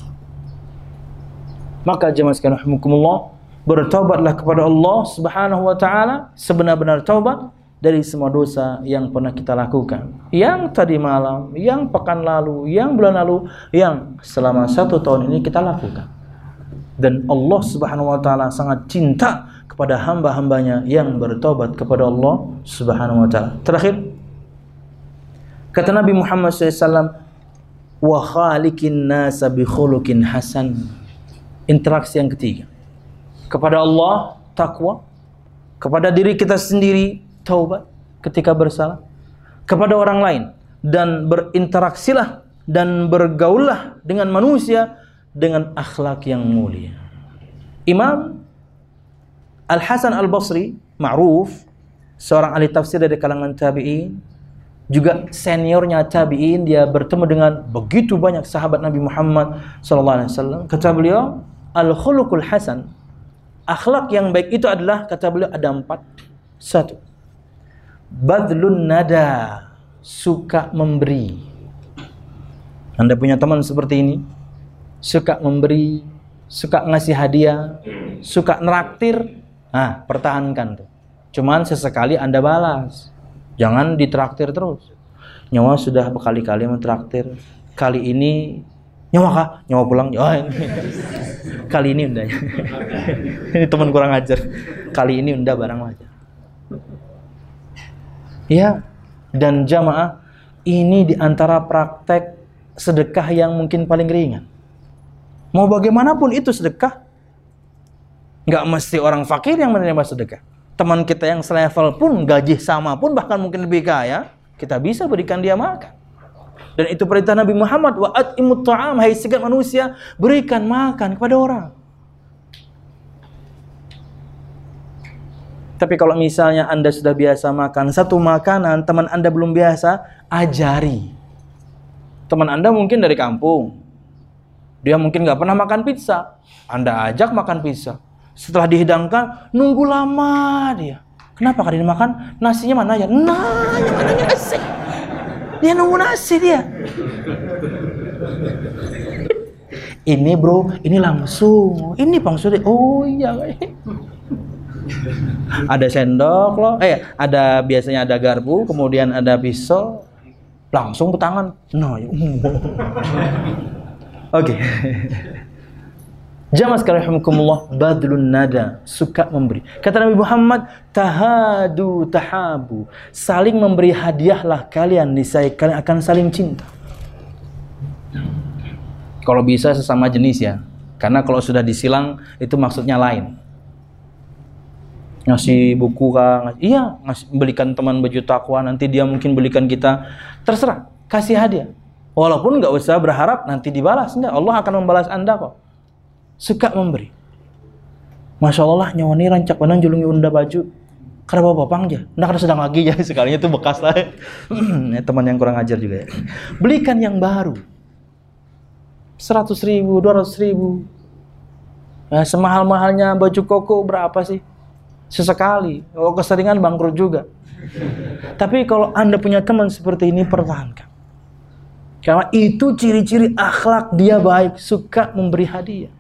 Maka jemaah sekalian rahimakumullah, bertaubatlah kepada Allah Subhanahu wa taala sebenar-benar taubat dari semua dosa yang pernah kita lakukan. Yang tadi malam, yang pekan lalu, yang bulan lalu, yang selama 1 tahun ini kita lakukan. Dan Allah Subhanahu wa taala sangat cinta kepada hamba-hambanya yang bertaubat kepada Allah Subhanahu wa taala. Terakhir, kata Nabi Muhammad SAW, wa khaliqin nasa bi khuluqin hasan. Interaksi yang ketiga, kepada Allah takwa, kepada diri kita sendiri taubat ketika bersalah, kepada orang lain, dan berinteraksilah dan bergaullah dengan manusia dengan akhlak yang mulia. Imam Al-Hasan Al-Basri, ma'ruf, seorang ahli tafsir dari kalangan tabi'in, juga seniornya tabi'in, dia bertemu dengan begitu banyak sahabat Nabi Muhammad SAW. Kata beliau, al-khuluqul hasan, akhlak yang baik itu adalah, kata beliau, ada 4. 1, badlun nada, suka memberi. Anda punya teman seperti ini, suka memberi, suka ngasih hadiah, suka neraktir, pertahankan tuh. Cuman sesekali Anda balas, jangan ditraktir terus. Nyawa sudah berkali-kali mentraktir, kali ini nyawa kah? Nyawa pulang? Kali ini udah. Ini teman kurang ajar. Kali ini udah barang aja. Ya, dan jamaah, ini diantara praktek sedekah yang mungkin paling ringan. Mau bagaimanapun itu sedekah. Nggak mesti orang fakir yang menerima sedekah. Teman kita yang selevel pun, gaji sama pun, bahkan mungkin lebih kaya, kita bisa berikan dia makan. Dan itu perintah Nabi Muhammad, wa at'imut ta'am, hai segenap manusia, berikan makan kepada orang. Tapi kalau misalnya Anda sudah biasa makan satu makanan, teman Anda belum biasa, ajari. Teman Anda mungkin dari kampung, dia mungkin nggak pernah makan pizza, Anda ajak makan pizza. Setelah dihidangkan, nunggu lama dia. Kenapa kali ini makan? Nasinya mana ya? Mana nasi? Dia nunggu nasi dia. Ini bro, ini langsung. Ini Bang Sudi. Oh iya. Ada sendok loh. Ada biasanya ada garpu, kemudian ada pisau. Langsung ke tangan. Oke. Jamaah sekalian rahimakumullah, badlun nada, suka memberi. Kata Nabi Muhammad, tahadu tahabu, saling memberi hadiahlah kalian, niscaya kalian akan saling cinta. Kalau bisa sesama jenis ya, karena kalau sudah disilang itu maksudnya lain. Ngasih buku kah? Iya, belikan teman baju takwa, nanti dia mungkin belikan kita. Terserah, kasih hadiah. Walaupun nggak usah berharap nanti dibalas, enggak, Allah akan membalas Anda kok. Suka memberi. Masya Allah, nyawa ini rancak panang julungi unda baju. Karena bawa papang aja, nggak ada sedang lagi ya, sekalinya itu bekas lah. Teman yang kurang ajar juga ya. Belikan yang baru, 100.000, 200.000. Ya, semahal-mahalnya baju koko berapa sih? Sesekali. Kalau keseringan bangkrut juga. Tapi kalau Anda punya teman seperti ini, pertahankan. Karena itu ciri-ciri akhlak dia baik, suka memberi hadiah.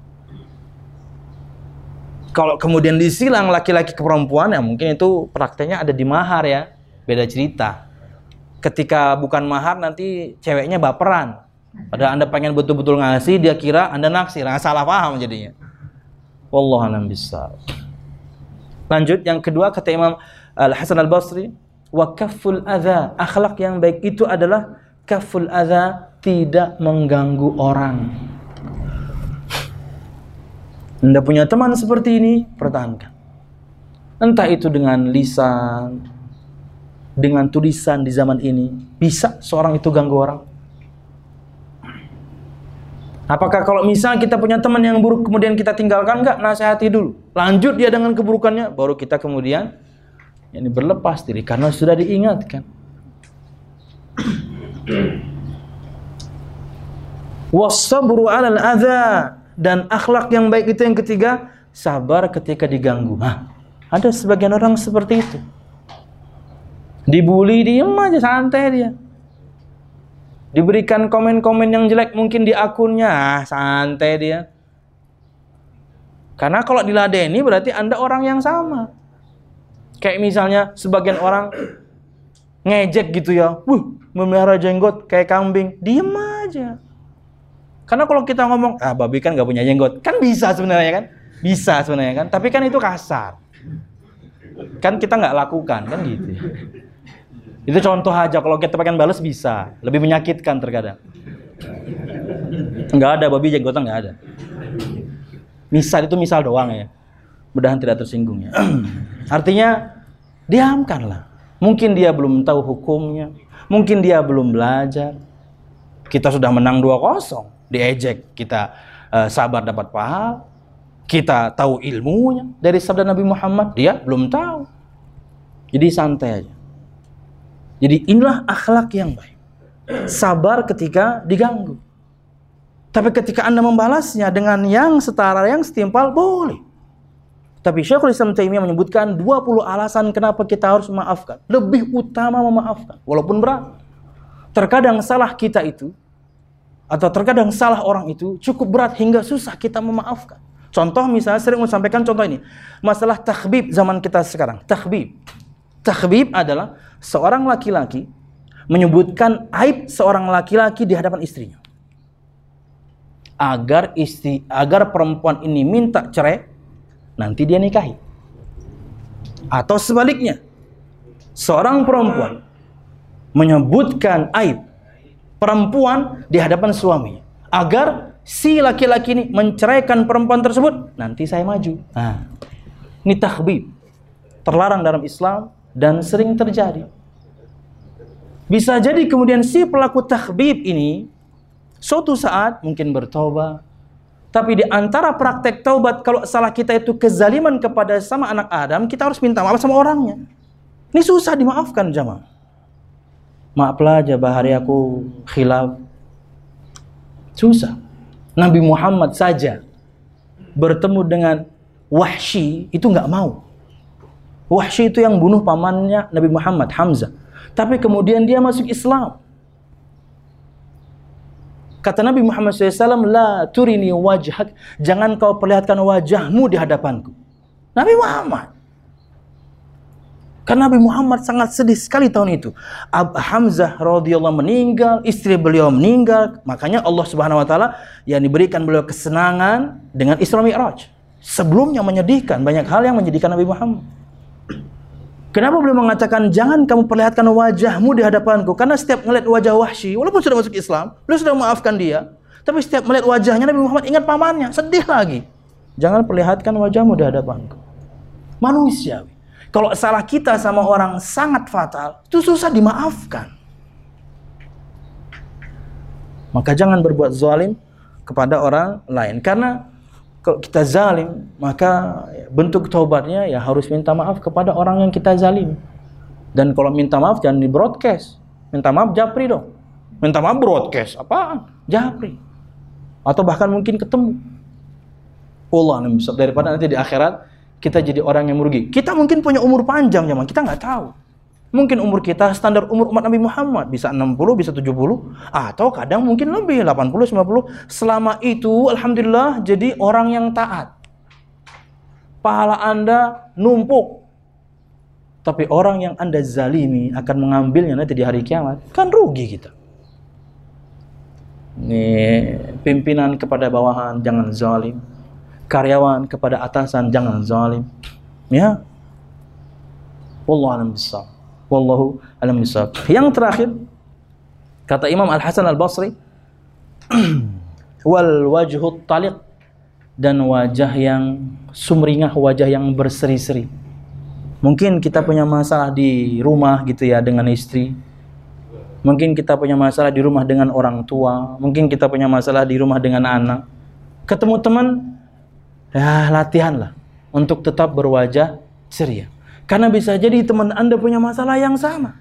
Kalau kemudian disilang laki-laki ke perempuan, ya mungkin itu prakteknya ada di mahar ya. Beda cerita. Ketika bukan mahar, nanti ceweknya baperan. Padahal Anda pengen betul-betul ngasih, dia kira Anda naksir. Nah, salah paham jadinya. Wallahu a'lam bishawab. Lanjut, yang kedua kata Imam Al-Hasan Al-Basri, wa kafful adza. Akhlak yang baik itu adalah kafful adza, tidak mengganggu orang. Anda punya teman seperti ini, pertahankan. Entah itu dengan lisan, dengan tulisan di zaman ini, bisa seorang itu ganggu orang. Apakah kalau misal kita punya teman yang buruk kemudian kita tinggalkan? Enggak, nasihati dulu. Lanjut dia dengan keburukannya, baru kita kemudian ini berlepas diri karena sudah diingatkan. Was-sabru 'alal adza. Dan akhlak yang baik itu yang ketiga, sabar ketika diganggu. Nah, ada sebagian orang seperti itu. Dibully, diem aja, santai dia. Diberikan komen-komen yang jelek mungkin di akunnya, santai dia. Karena kalau diladeni berarti Anda orang yang sama. Kayak misalnya sebagian orang ngejek gitu ya, memelihara jenggot kayak kambing, diem aja. Karena kalau kita ngomong, babi kan gak punya jenggot, kan bisa sebenarnya kan? Bisa sebenarnya kan? Tapi kan itu kasar. Kan kita gak lakukan, kan gitu. Itu contoh aja, kalau kita pengen balas bisa. Lebih menyakitkan terkadang. Gak ada babi jenggotan, gak ada. Misal itu misal doang ya. Mudahan tidak tersinggung ya. Artinya, diamkanlah. Mungkin dia belum tahu hukumnya. Mungkin dia belum belajar. Kita sudah menang 2-0. Diejek, kita sabar dapat pahala. Kita tahu ilmunya dari sabda Nabi Muhammad, dia belum tahu. Jadi santai aja. Jadi inilah akhlak yang baik. Sabar ketika diganggu. Tapi ketika Anda membalasnya dengan yang setara, yang setimpal, boleh. Tapi Syekhul Islam Taimiyah menyebutkan 20 alasan kenapa kita harus memaafkan. Lebih utama memaafkan, walaupun berat. Terkadang salah kita itu, atau terkadang salah orang itu cukup berat hingga susah kita memaafkan. Contoh misalnya sering saya sampaikan contoh ini. Masalah takhbib zaman kita sekarang. Takhbib. Takhbib adalah seorang laki-laki menyebutkan aib seorang laki-laki di hadapan istrinya. Agar perempuan ini minta cerai, nanti dia nikahi. Atau sebaliknya. Seorang perempuan menyebutkan aib perempuan di hadapan suaminya agar si laki-laki ini menceraikan perempuan tersebut, nanti saya maju. Nah, ini takhbib, terlarang dalam Islam dan sering terjadi. Bisa jadi kemudian si pelaku takhbib ini suatu saat mungkin bertobat, tapi di antara praktek taubat, kalau salah kita itu kezaliman kepada sama anak Adam, kita harus minta maaf sama orangnya. Ini susah dimaafkan jamaah. Maaflah jabah hari aku khilaf. Susah. Nabi Muhammad saja bertemu dengan Wahsy itu nggak mau. Wahsy itu yang bunuh pamannya Nabi Muhammad, Hamzah. Tapi kemudian dia masuk Islam. Kata Nabi Muhammad SAW, la turini wajhak, jangan kau perlihatkan wajahmu di hadapanku. Nabi Muhammad. Karena Nabi Muhammad sangat sedih sekali tahun itu. Hamzah radhiyallahu meninggal, istri beliau meninggal, makanya Allah Subhanahu wa taala yang diberikan beliau kesenangan dengan Isra Mi'raj. Sebelumnya menyedihkan, banyak hal yang menyedihkan Nabi Muhammad. Kenapa beliau mengatakan jangan kamu perlihatkan wajahmu di hadapanku? Karena setiap melihat wajah Wahsy, walaupun sudah masuk Islam, beliau sudah memaafkan dia, tapi setiap melihat wajahnya Nabi Muhammad ingat pamannya, sedih lagi. Jangan perlihatkan wajahmu di hadapanku. Manusiawi. Kalau salah kita sama orang sangat fatal, itu susah dimaafkan. Maka jangan berbuat zalim kepada orang lain. Karena Kalau kita zalim, maka bentuk taubatnya ya harus minta maaf kepada orang yang kita zalim. Dan kalau minta maaf jangan di broadcast. Minta maaf japri dong. Minta maaf broadcast, apaan? Japri. Atau bahkan mungkin ketemu. Allah bisa, daripada nanti di akhirat kita jadi orang yang merugi. Kita mungkin punya umur panjang zaman, kita nggak tahu. Mungkin umur kita standar umur umat Nabi Muhammad bisa 60, bisa 70, atau kadang mungkin lebih 80, 90. Selama itu alhamdulillah jadi orang yang taat. Pahala Anda numpuk. Tapi orang yang Anda zalimi akan mengambilnya nanti di hari kiamat. Kan rugi kita. Nih, pimpinan kepada bawahan jangan zalim. Karyawan kepada atasan jangan zalim. Ya. Wallahu a'lam bishawab. Wallahu a'lam bishawab. Yang terakhir kata Imam Al-Hasan Al-Basri, wal wajhut taliq, dan wajah yang sumringah, wajah yang berseri-seri. Mungkin kita punya masalah di rumah gitu ya dengan istri. Mungkin kita punya masalah di rumah dengan orang tua. Mungkin kita punya masalah di rumah dengan anak. Ketemu teman, ya latihanlah untuk tetap berwajah ceria. Karena bisa jadi teman Anda punya masalah yang sama.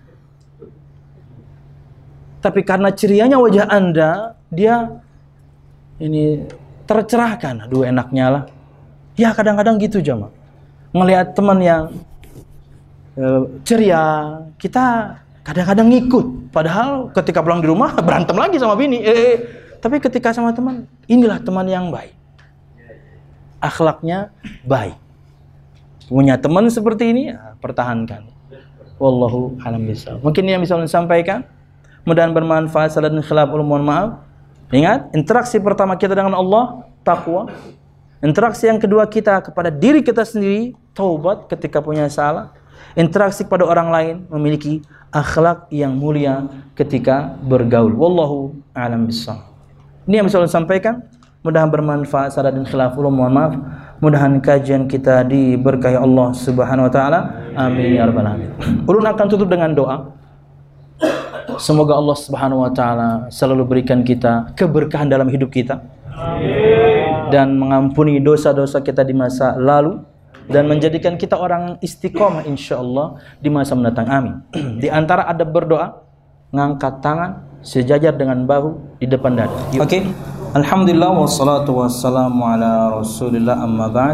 Tapi karena cerianya wajah Anda, dia ini tercerahkan. Aduh enaknya lah. Ya kadang-kadang gitu jamaah. Ngelihat teman yang ceria, kita kadang-kadang ngikut. Padahal ketika pulang di rumah berantem lagi sama bini. Tapi ketika sama teman, inilah teman yang baik. Akhlaknya baik. Punya teman seperti ini, ya, pertahankan. Wallahu a'lam bishawab. Mungkin yang bisa saya sampaikan. Mudah-mudahan bermanfaat. Salah dan khilaf, mohon maaf. Ingat, interaksi pertama kita dengan Allah, takwa. Interaksi yang kedua kita kepada diri kita sendiri, taubat ketika punya salah. Interaksi kepada orang lain, memiliki akhlak yang mulia ketika bergaul. Wallahu a'lam bishawab. Ini yang bisa saya sampaikan. Mudah-mudahan bermanfaat. Salah dan khilaf, mohon maaf. Mudah-mudahan kajian kita diberkahi Allah Subhanahu wa taala. Amin ya rabbal alamin. Ulun akan tutup dengan doa. Semoga Allah Subhanahu wa taala selalu berikan kita keberkahan dalam hidup kita. Amin. Dan mengampuni dosa-dosa kita di masa lalu dan menjadikan kita orang istiqomah insyaallah di masa mendatang. Amin. Di antara adab berdoa, ngangkat tangan sejajar dengan bahu di depan dada. Oke. Alhamdulillah wassalatu wassalamu ala Rasulillah, amma ba'd.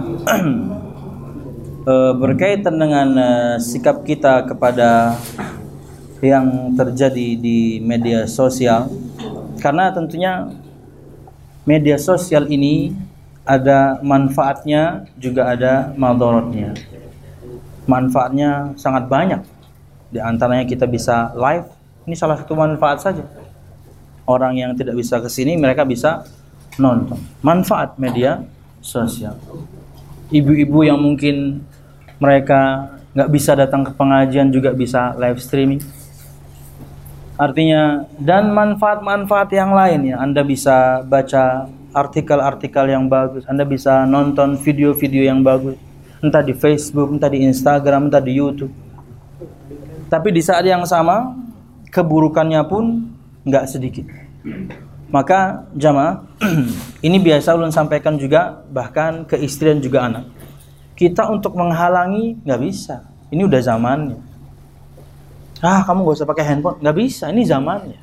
Berkaitan dengan sikap kita kepada yang terjadi di media sosial, karena tentunya media sosial ini ada manfaatnya juga ada madaratnya. Manfaatnya sangat banyak. Di antaranya kita bisa live. Ini salah satu manfaat saja. Orang yang tidak bisa ke sini, mereka bisa nonton. Manfaat media sosial. Ibu-ibu yang mungkin mereka nggak bisa datang ke pengajian juga bisa live streaming. Artinya, dan manfaat-manfaat yang lain ya. Anda bisa baca artikel-artikel yang bagus. Anda bisa nonton video-video yang bagus. Entah di Facebook, entah di Instagram, entah di YouTube. Tapi di saat yang sama, keburukannya pun nggak sedikit. Maka jamaah, ini biasa ulun sampaikan juga bahkan ke istri dan juga anak. Kita untuk menghalangi nggak bisa. Ini udah zamannya. Kamu nggak usah pakai handphone, nggak bisa. Ini zamannya.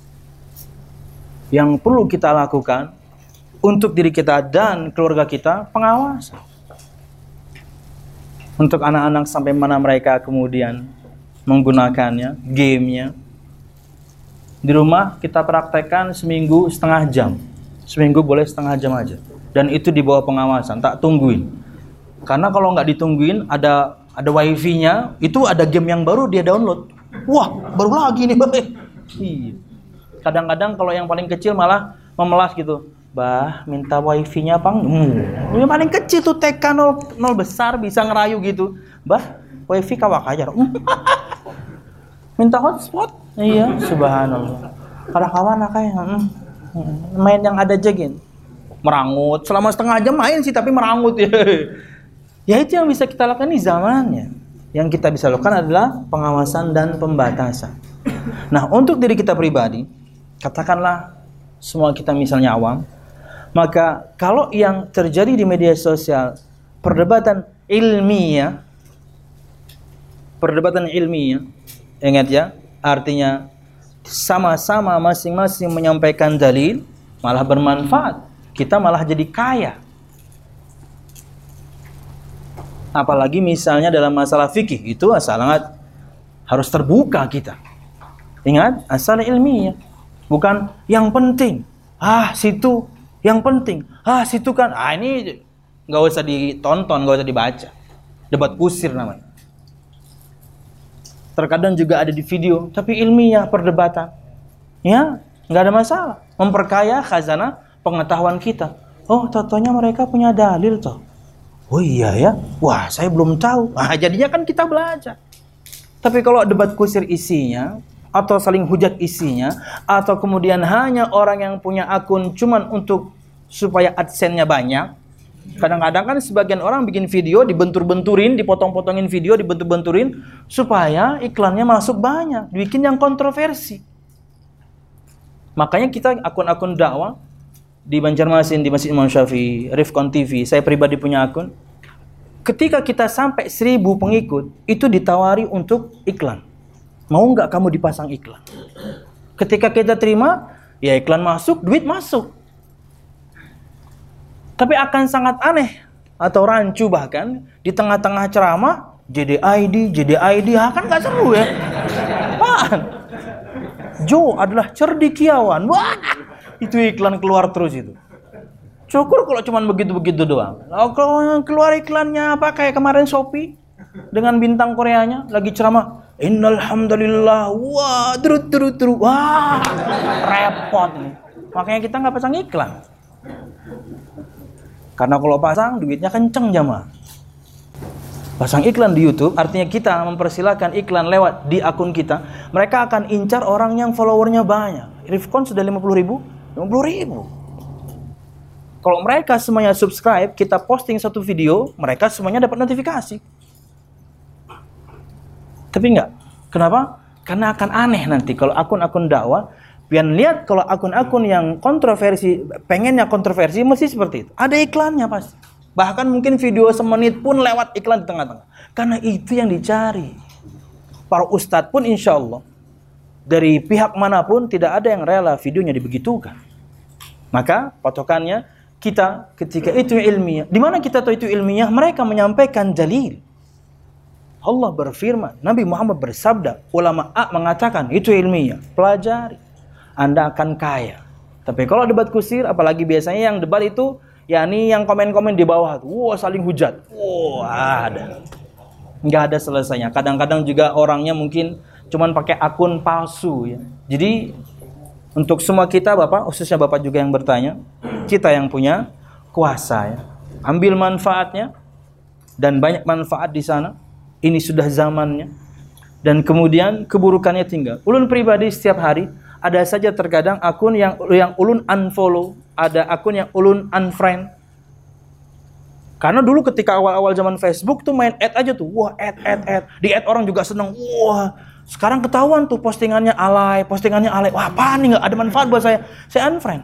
Yang perlu kita lakukan untuk diri kita dan keluarga kita, pengawasan. Untuk anak-anak sampai mana mereka kemudian menggunakannya, gamenya. Di rumah kita praktekkan seminggu setengah jam. Seminggu boleh setengah jam aja. Dan itu di bawah pengawasan, tak tungguin. Karena kalau nggak ditungguin, ada wifi-nya, itu ada game yang baru dia download. Wah, baru lagi nih, Bang. Kadang-kadang kalau yang paling kecil malah memelas gitu. Bah, minta wifi-nya Bang. Yang paling kecil tuh TK 0 besar bisa ngerayu gitu. Bah, wifi kawak aja. Minta hotspot. Iya, subhanallah. Kawan-kawan kayak main yang ada jegin. Merangut. Selama setengah jam main sih, tapi merangut ya. Ya itu yang bisa kita lakukan di zamannya. Yang kita bisa lakukan adalah pengawasan dan pembatasan. Nah, untuk diri kita pribadi, katakanlah semua kita misalnya awam, Maka kalau yang terjadi di media sosial perdebatan ilmiah, ingat ya, artinya sama-sama masing-masing menyampaikan dalil, malah bermanfaat. Kita malah jadi kaya. Apalagi misalnya dalam masalah fikih, itu sangat harus terbuka kita. Ingat, asal ilmiah, bukan yang penting. Situ yang penting. Situ kan. Ini nggak usah ditonton, nggak usah dibaca. Debat kusir namanya. Terkadang juga ada di video, tapi ilmiah perdebatan. Ya, nggak ada masalah. Memperkaya khazanah pengetahuan kita. Totonya mereka punya dalil toh. Oh iya ya. Wah, saya belum tahu. Jadinya kan kita belajar. Tapi kalau debat kusir isinya, atau saling hujat isinya, atau kemudian hanya orang yang punya akun cuman untuk supaya AdSense-nya banyak. Kadang-kadang kan sebagian orang bikin video dibentur-benturin, dipotong-potongin video, dibentur-benturin supaya iklannya masuk banyak, bikin yang kontroversi. Makanya kita akun-akun dakwah di Banjarmasin, di Masjid Imam Syafi'i, Rifkon TV, saya pribadi punya akun. Ketika kita sampai 1000 pengikut, itu ditawari untuk iklan. Mau nggak kamu dipasang iklan? Ketika kita terima, ya iklan masuk, duit masuk. Tapi akan sangat aneh atau rancu bahkan di tengah-tengah ceramah JDID, kan nggak seru ya? Apaan? Jo adalah cerdikiawan. Wah, itu iklan keluar terus itu. Syukur kalau cuma begitu-begitu doang. Kalau keluar iklannya apa kayak kemarin Shopee dengan bintang Koreanya lagi ceramah. Innal hamdalillah, wah, terus, wah, repot nih. Makanya kita nggak pasang iklan. Karena kalau pasang duitnya kenceng jamaah. Pasang iklan di YouTube, artinya kita mempersilahkan iklan lewat di akun kita. Mereka akan incar orang yang followernya banyak. Rifkon sudah 50.000. Kalau mereka semuanya subscribe, kita posting satu video, mereka semuanya dapat notifikasi. Tapi enggak. Kenapa? Karena akan aneh nanti kalau akun-akun dakwah, biar lihat kalau akun-akun yang kontroversi, pengennya kontroversi, mesti seperti itu. Ada iklannya pasti. Bahkan mungkin video semenit pun lewat iklan di tengah-tengah. Karena itu yang dicari. Para ustadz pun insya Allah, dari pihak manapun tidak ada yang rela videonya dibegitukan. Maka patokannya, kita ketika itu ilmiah. Di mana kita tahu itu ilmiah? Mereka menyampaikan dalil. Allah berfirman, Nabi Muhammad bersabda, ulama A mengatakan itu ilmiah, pelajari, Anda akan kaya. Tapi kalau debat kusir, apalagi biasanya yang debat itu, yakni yang komen-komen di bawah, saling hujat, ada, nggak ada selesainya. Kadang-kadang juga orangnya mungkin cuman pakai akun palsu ya. Jadi untuk semua kita Bapak, khususnya Bapak juga yang bertanya, kita yang punya kuasa ya, ambil manfaatnya dan banyak manfaat di sana. Ini sudah zamannya. Dan kemudian keburukannya tinggal. Ulun pribadi setiap hari ada saja terkadang akun yang ulun unfollow, ada akun yang ulun unfriend. Karena dulu ketika awal-awal zaman Facebook tuh main add aja tuh. Wah, add. Di add orang juga seneng. Wah, sekarang ketahuan tuh postingannya alay. Wah, apaan nih, nggak ada manfaat buat saya. Saya unfriend.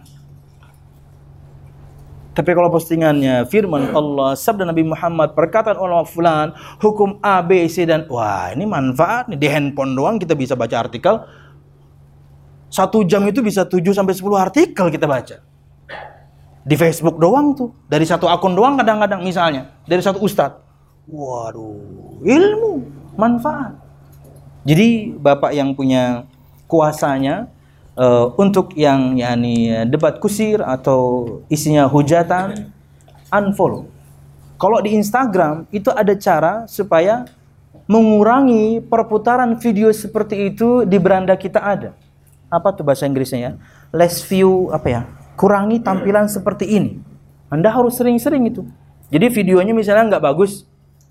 Tapi kalau postingannya firman Allah, sabda Nabi Muhammad, perkataan ulama fulan, hukum A, B, C, dan wah ini manfaat nih. Di handphone doang kita bisa baca artikel. 1 jam itu bisa 7-10 artikel kita baca. Di Facebook doang tuh. Dari satu akun doang kadang-kadang misalnya. Dari satu ustadz. Waduh, ilmu, manfaat. Jadi Bapak yang punya kuasanya, untuk yang debat kusir atau isinya hujatan, unfollow. Kalau di Instagram itu ada cara supaya mengurangi perputaran video seperti itu di beranda kita ada. Apa tuh bahasa Inggrisnya ya? Less view kurangi tampilan seperti ini. Anda harus sering-sering itu. Jadi videonya misalnya nggak bagus,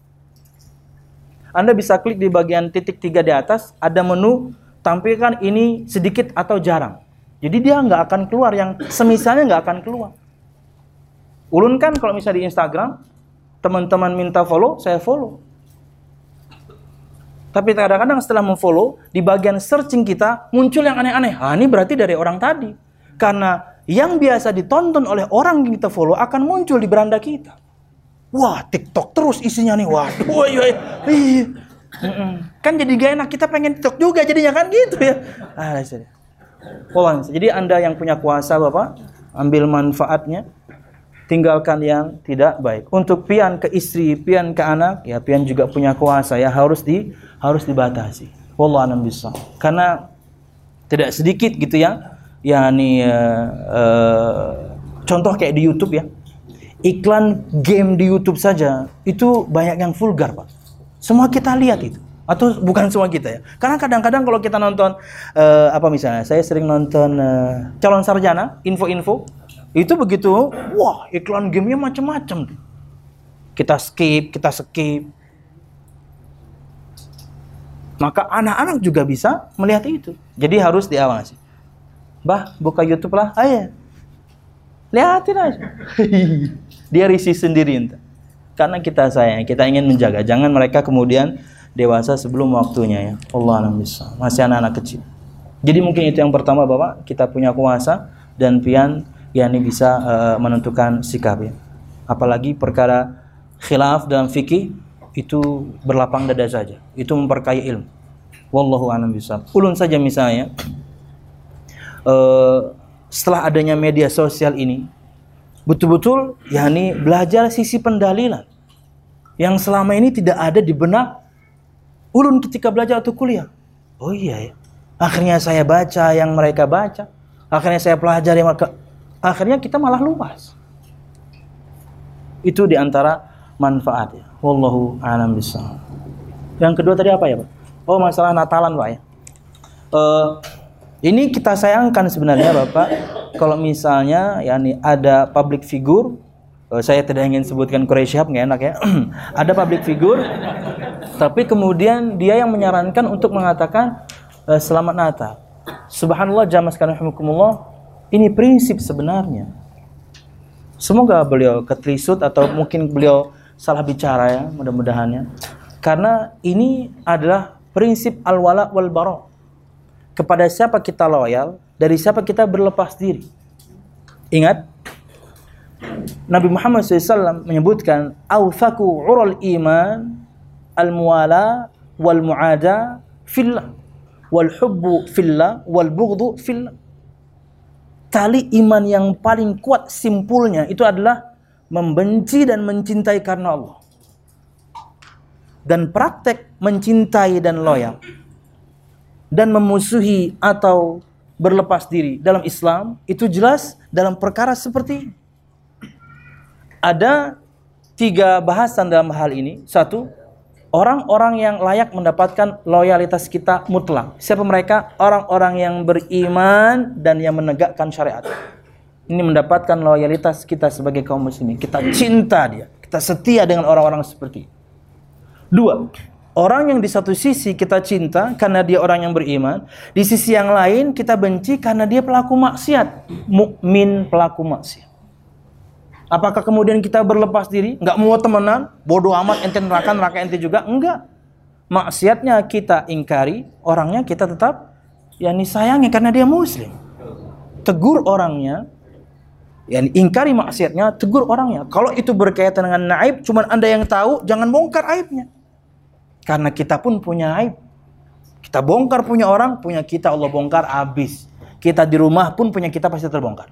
Anda bisa klik di bagian titik 3 di atas, ada menu tampilkan ini sedikit atau jarang. Jadi dia nggak akan keluar, yang semisalnya nggak akan keluar. Ulun kan kalau misalnya di Instagram, teman-teman minta follow, saya follow. Tapi kadang-kadang setelah memfollow, di bagian searching kita muncul yang aneh-aneh. Ini berarti dari orang tadi. Karena yang biasa ditonton oleh orang yang kita follow akan muncul di beranda kita. Wah, TikTok terus isinya nih. Waduh, kan jadi gak enak, kita pengen TikTok juga jadinya kan gitu ya. Jadi Anda yang punya kuasa Bapak, ambil manfaatnya, tinggalkan yang tidak baik. Untuk pian ke istri, pian ke anak, ya pian juga punya kuasa ya, harus dibatasi. Wallahu a'lam bishawab. Karena tidak sedikit gitu ya, contoh kayak di YouTube ya. Iklan game di YouTube saja itu banyak yang vulgar, Pak. Semua kita lihat itu. Atau bukan semua kita ya. Karena kadang-kadang kalau kita nonton misalnya saya sering nonton Calon Sarjana, info-info itu begitu, wah, iklan gamenya macam-macam. Kita skip. Maka anak-anak juga bisa melihat itu. Jadi harus diawasi. Bah, buka YouTube lah. Ayo. Lihatin aja. Dia risih sendiri entah. Karena kita sayang, kita ingin menjaga. Jangan mereka kemudian dewasa sebelum waktunya ya. Allah a'lam bishawab. Masih anak-anak kecil. Jadi mungkin itu yang pertama Bapak, kita punya kuasa dan pian bisa menentukan sikap ya. Apalagi perkara khilaf dalam fikih itu berlapang dada saja. Itu memperkaya ilmu. Wallahu a'lam bishawab. Ulun saja misalnya setelah adanya media sosial ini betul-betul belajar sisi pendalilan yang selama ini tidak ada di benak ulun ketika belajar atau kuliah. Oh iya ya. Akhirnya saya baca yang mereka baca. Akhirnya saya pelajari akhirnya kita malah lupas. Itu diantara manfaat ya. Wallahu a'lam bishawab. Yang kedua tadi apa ya, Pak? Oh, masalah Natalan, Pak ya. Ini kita sayangkan sebenarnya Bapak, kalau misalnya ada public figure, saya tidak ingin sebutkan Quraisy Shihab, nggak enak ya. Ada public figure, tapi kemudian dia yang menyarankan untuk mengatakan selamat Natal. Subhanallah, jamaah sekalian rahimakumullah, ini prinsip sebenarnya. Semoga beliau ketelisut atau mungkin beliau salah bicara ya, mudah-mudahan ya. Karena ini adalah prinsip al-wala wal bara. Kepada siapa kita loyal, dari siapa kita berlepas diri. Ingat, Nabi Muhammad SAW menyebutkan awthaku ural iman al-muwala wal mu'ada fillah wal hubbu fillah wal bughdu fillah. Tali iman yang paling kuat simpulnya itu adalah membenci dan mencintai karena Allah. Dan praktek mencintai dan loyal dan memusuhi atau berlepas diri dalam Islam itu jelas dalam perkara seperti ini. Ada 3 bahasan dalam hal ini. 1, orang-orang yang layak mendapatkan loyalitas kita mutlak. Siapa mereka? Orang-orang yang beriman dan yang menegakkan syariat. Ini mendapatkan loyalitas kita sebagai kaum muslimin. Kita cinta dia, kita setia dengan orang-orang seperti itu. 2, orang yang di satu sisi kita cinta karena dia orang yang beriman, di sisi yang lain kita benci karena dia pelaku maksiat, mukmin pelaku maksiat. Apakah kemudian kita berlepas diri, enggak mau temenan, bodoh amat, ente neraka ente juga? Enggak. Maksiatnya kita ingkari, orangnya kita tetap sayangi karena dia muslim. Tegur orangnya, ingkari maksiatnya, tegur orangnya. Kalau itu berkaitan dengan aib, cuman Anda yang tahu, jangan bongkar aibnya. Karena kita pun punya aib. Kita bongkar punya orang, punya kita Allah bongkar habis. Kita di rumah pun punya kita pasti terbongkar.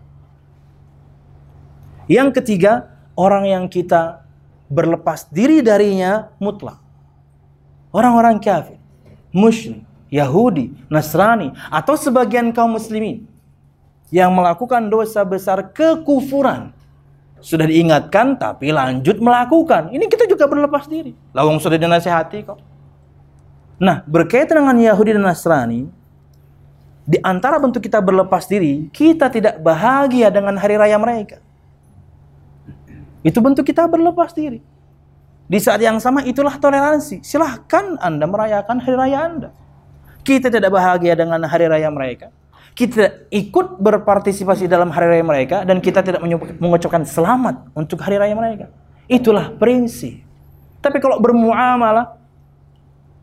Yang ketiga, orang yang kita berlepas diri darinya mutlak. Orang-orang kafir, musyrik, Yahudi, Nasrani, atau sebagian kaum muslimin yang melakukan dosa besar kekufuran. Sudah diingatkan tapi lanjut melakukan. Ini kita juga berlepas diri. Lawang sudah dinasihati kok. Nah, berkaitan dengan Yahudi dan Nasrani, di antara bentuk kita berlepas diri, kita tidak bahagia dengan hari raya mereka. Itu bentuk kita berlepas diri. Di saat yang sama itulah toleransi. Silahkan Anda merayakan hari raya Anda. Kita tidak bahagia dengan hari raya mereka. Kita ikut berpartisipasi dalam hari raya mereka dan kita tidak mengucapkan selamat untuk hari raya mereka. Itulah prinsip. Tapi kalau bermuamalah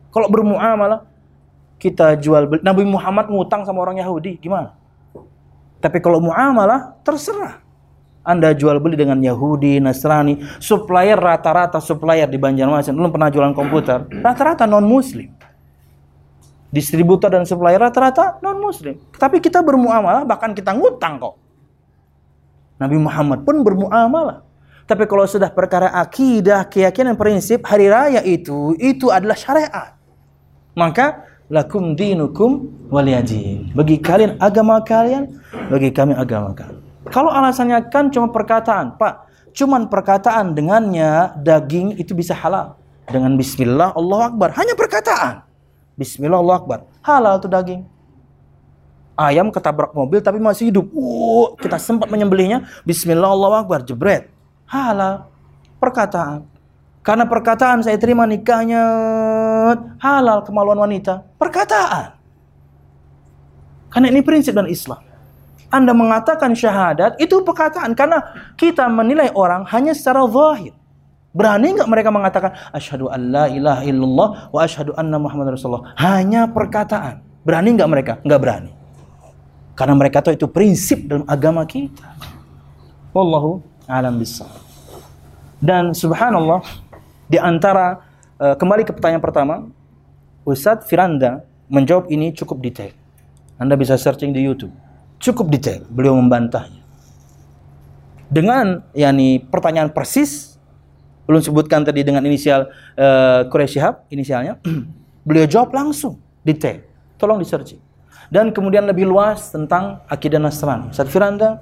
kita jual beli. Nabi Muhammad ngutang sama orang Yahudi, gimana? Tapi kalau muamalah, terserah. Anda jual beli dengan Yahudi, Nasrani, supplier rata-rata supplier di Banjarmasin, belum pernah jualan komputer, rata-rata non-muslim. Distributor dan supplier rata-rata non-muslim. Tapi kita bermuamalah, bahkan kita ngutang kok. Nabi Muhammad pun bermuamalah. Tapi kalau sudah perkara akidah, keyakinan, prinsip, hari raya itu adalah syariat. Maka lakum dinukum waliyadin. Bagi kalian agama kalian, bagi kami agama kami. Kalau alasannya kan cuma perkataan, Pak, cuman perkataan dengannya daging itu bisa halal. Dengan bismillah, Allahu Akbar, hanya perkataan. Bismillah, Allahu Akbar, halal tuh daging. Ayam ketabrak mobil tapi masih hidup. Kita sempat menyembelihnya, bismillah, Allahu Akbar, jebret. Halal. Perkataan. Karena perkataan saya terima nikahnya, halal kemaluan wanita. Perkataan. Karena ini prinsip dan Islam. Anda mengatakan syahadat, itu perkataan. Karena kita menilai orang hanya secara zahir. Berani nggak mereka mengatakan asyhadu an la ilaha illallah wa asyhadu anna muhammadar rasulullah? Hanya perkataan. Berani nggak mereka? Nggak berani. Karena mereka tahu itu prinsip dalam agama kita. Wallahu a'lam bishawab. Dan subhanallah, di antara kembali ke pertanyaan pertama, Ustadz Firanda menjawab ini cukup detail. Anda bisa searching di YouTube. Cukup detail, beliau membantahnya. Dengan pertanyaan persis, belum sebutkan tadi dengan inisial Quraisy Shihab, inisialnya, beliau jawab langsung, detail. Tolong di searching. Dan kemudian lebih luas tentang akidah Nasrani. Ustaz Firanda,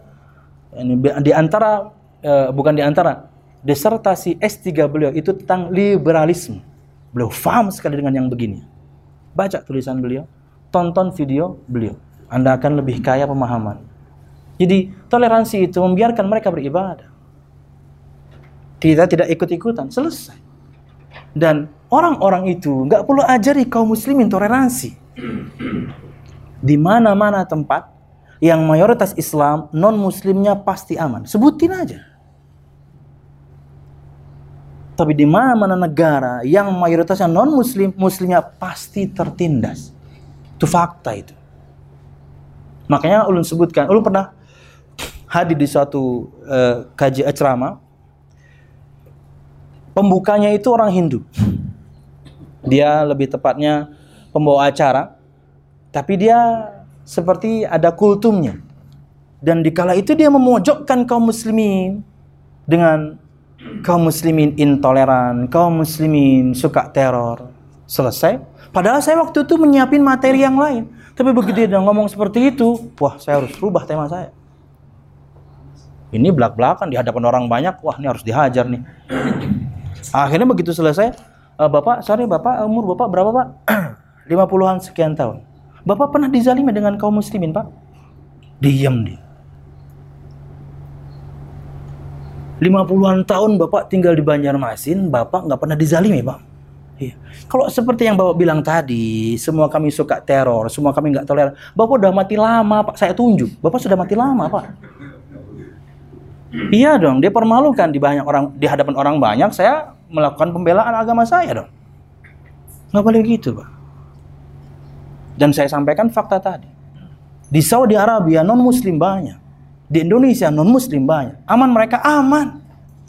disertasi S3 beliau itu tentang liberalisme. Beliau paham sekali dengan yang begini. Baca tulisan beliau, tonton video beliau. Anda akan lebih kaya pemahaman. Jadi toleransi itu membiarkan mereka beribadah. Kita tidak ikut-ikutan, selesai. Dan orang-orang itu nggak perlu ajari kaum muslimin toleransi. Di mana-mana tempat yang mayoritas Islam, non-muslimnya pasti aman. Sebutin aja. Tapi di mana-mana negara yang mayoritasnya non-muslim, muslimnya pasti tertindas. Itu fakta itu. Makanya ulun sebutkan, ulun pernah hadir di suatu kajian ceramah. Pembukanya itu orang Hindu. Dia lebih tepatnya pembawa acara, tapi dia seperti ada kultumnya. Dan dikala itu dia memojokkan kaum muslimin dengan kaum muslimin intoleran, kaum muslimin suka teror. Selesai. Padahal saya waktu itu menyiapin materi yang lain. Tapi begitu dia ngomong seperti itu, wah saya harus rubah tema saya. Ini belak-belakan di hadapan orang banyak, wah ini harus dihajar nih. Akhirnya begitu selesai, Bapak umur Bapak berapa Pak? 50-an sekian tahun. Bapak pernah dizalimi dengan kaum muslimin Pak? Diam dia. 50-an tahun Bapak tinggal di Banjarmasin, Bapak nggak pernah dizalimi Pak? Iya. Kalau seperti yang Bapak bilang tadi, semua kami suka teror, semua kami nggak toleran. Bapak udah mati lama Pak, saya tunjuk. Bapak sudah mati lama Pak. Iya dong, dia permalukan di hadapan orang banyak. Saya melakukan pembelaan agama saya dong. Nggak boleh gitu Pak. Dan saya sampaikan fakta tadi. Di Saudi Arabia non Muslim banyak, di Indonesia non Muslim banyak. Aman mereka aman.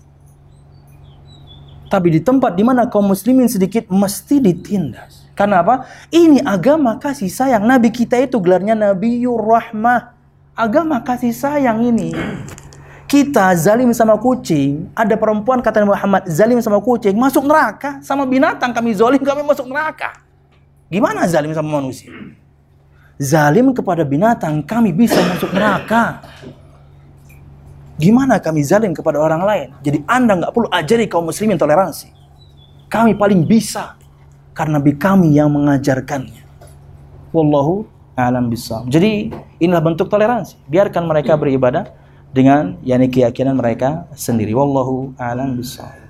Tapi di tempat di mana kaum muslimin sedikit mesti ditindas. Karena apa? Ini agama kasih sayang. Nabi kita itu gelarnya Nabiyur Rahmah. Agama kasih sayang ini. Kita zalim sama kucing. Ada perempuan kata Nabi Muhammad, zalim sama kucing masuk neraka. Sama binatang kami zalim, kami masuk neraka. Gimana zalim sama manusia? Zalim kepada binatang kami bisa masuk neraka. Gimana kami zalim kepada orang lain? Jadi Anda nggak perlu ajari kaum muslimin toleransi. Kami paling bisa. Karena Nabi kami yang mengajarkannya. Wallahu a'lam bishawab. Jadi inilah bentuk toleransi. Biarkan mereka beribadah dengan keyakinan mereka sendiri. Wallahu a'lam bishawab.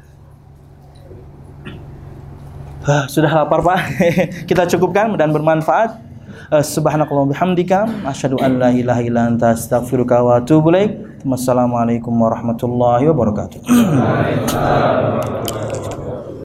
Sudah lapar Pak. Kita cukupkan dan bermanfaat. Subhanakallahumma bihamdika asyhadu an la ilaha illa anta astaghfiruka wa atubu ilaik. Wassalamualaikum warahmatullahi wabarakatuh.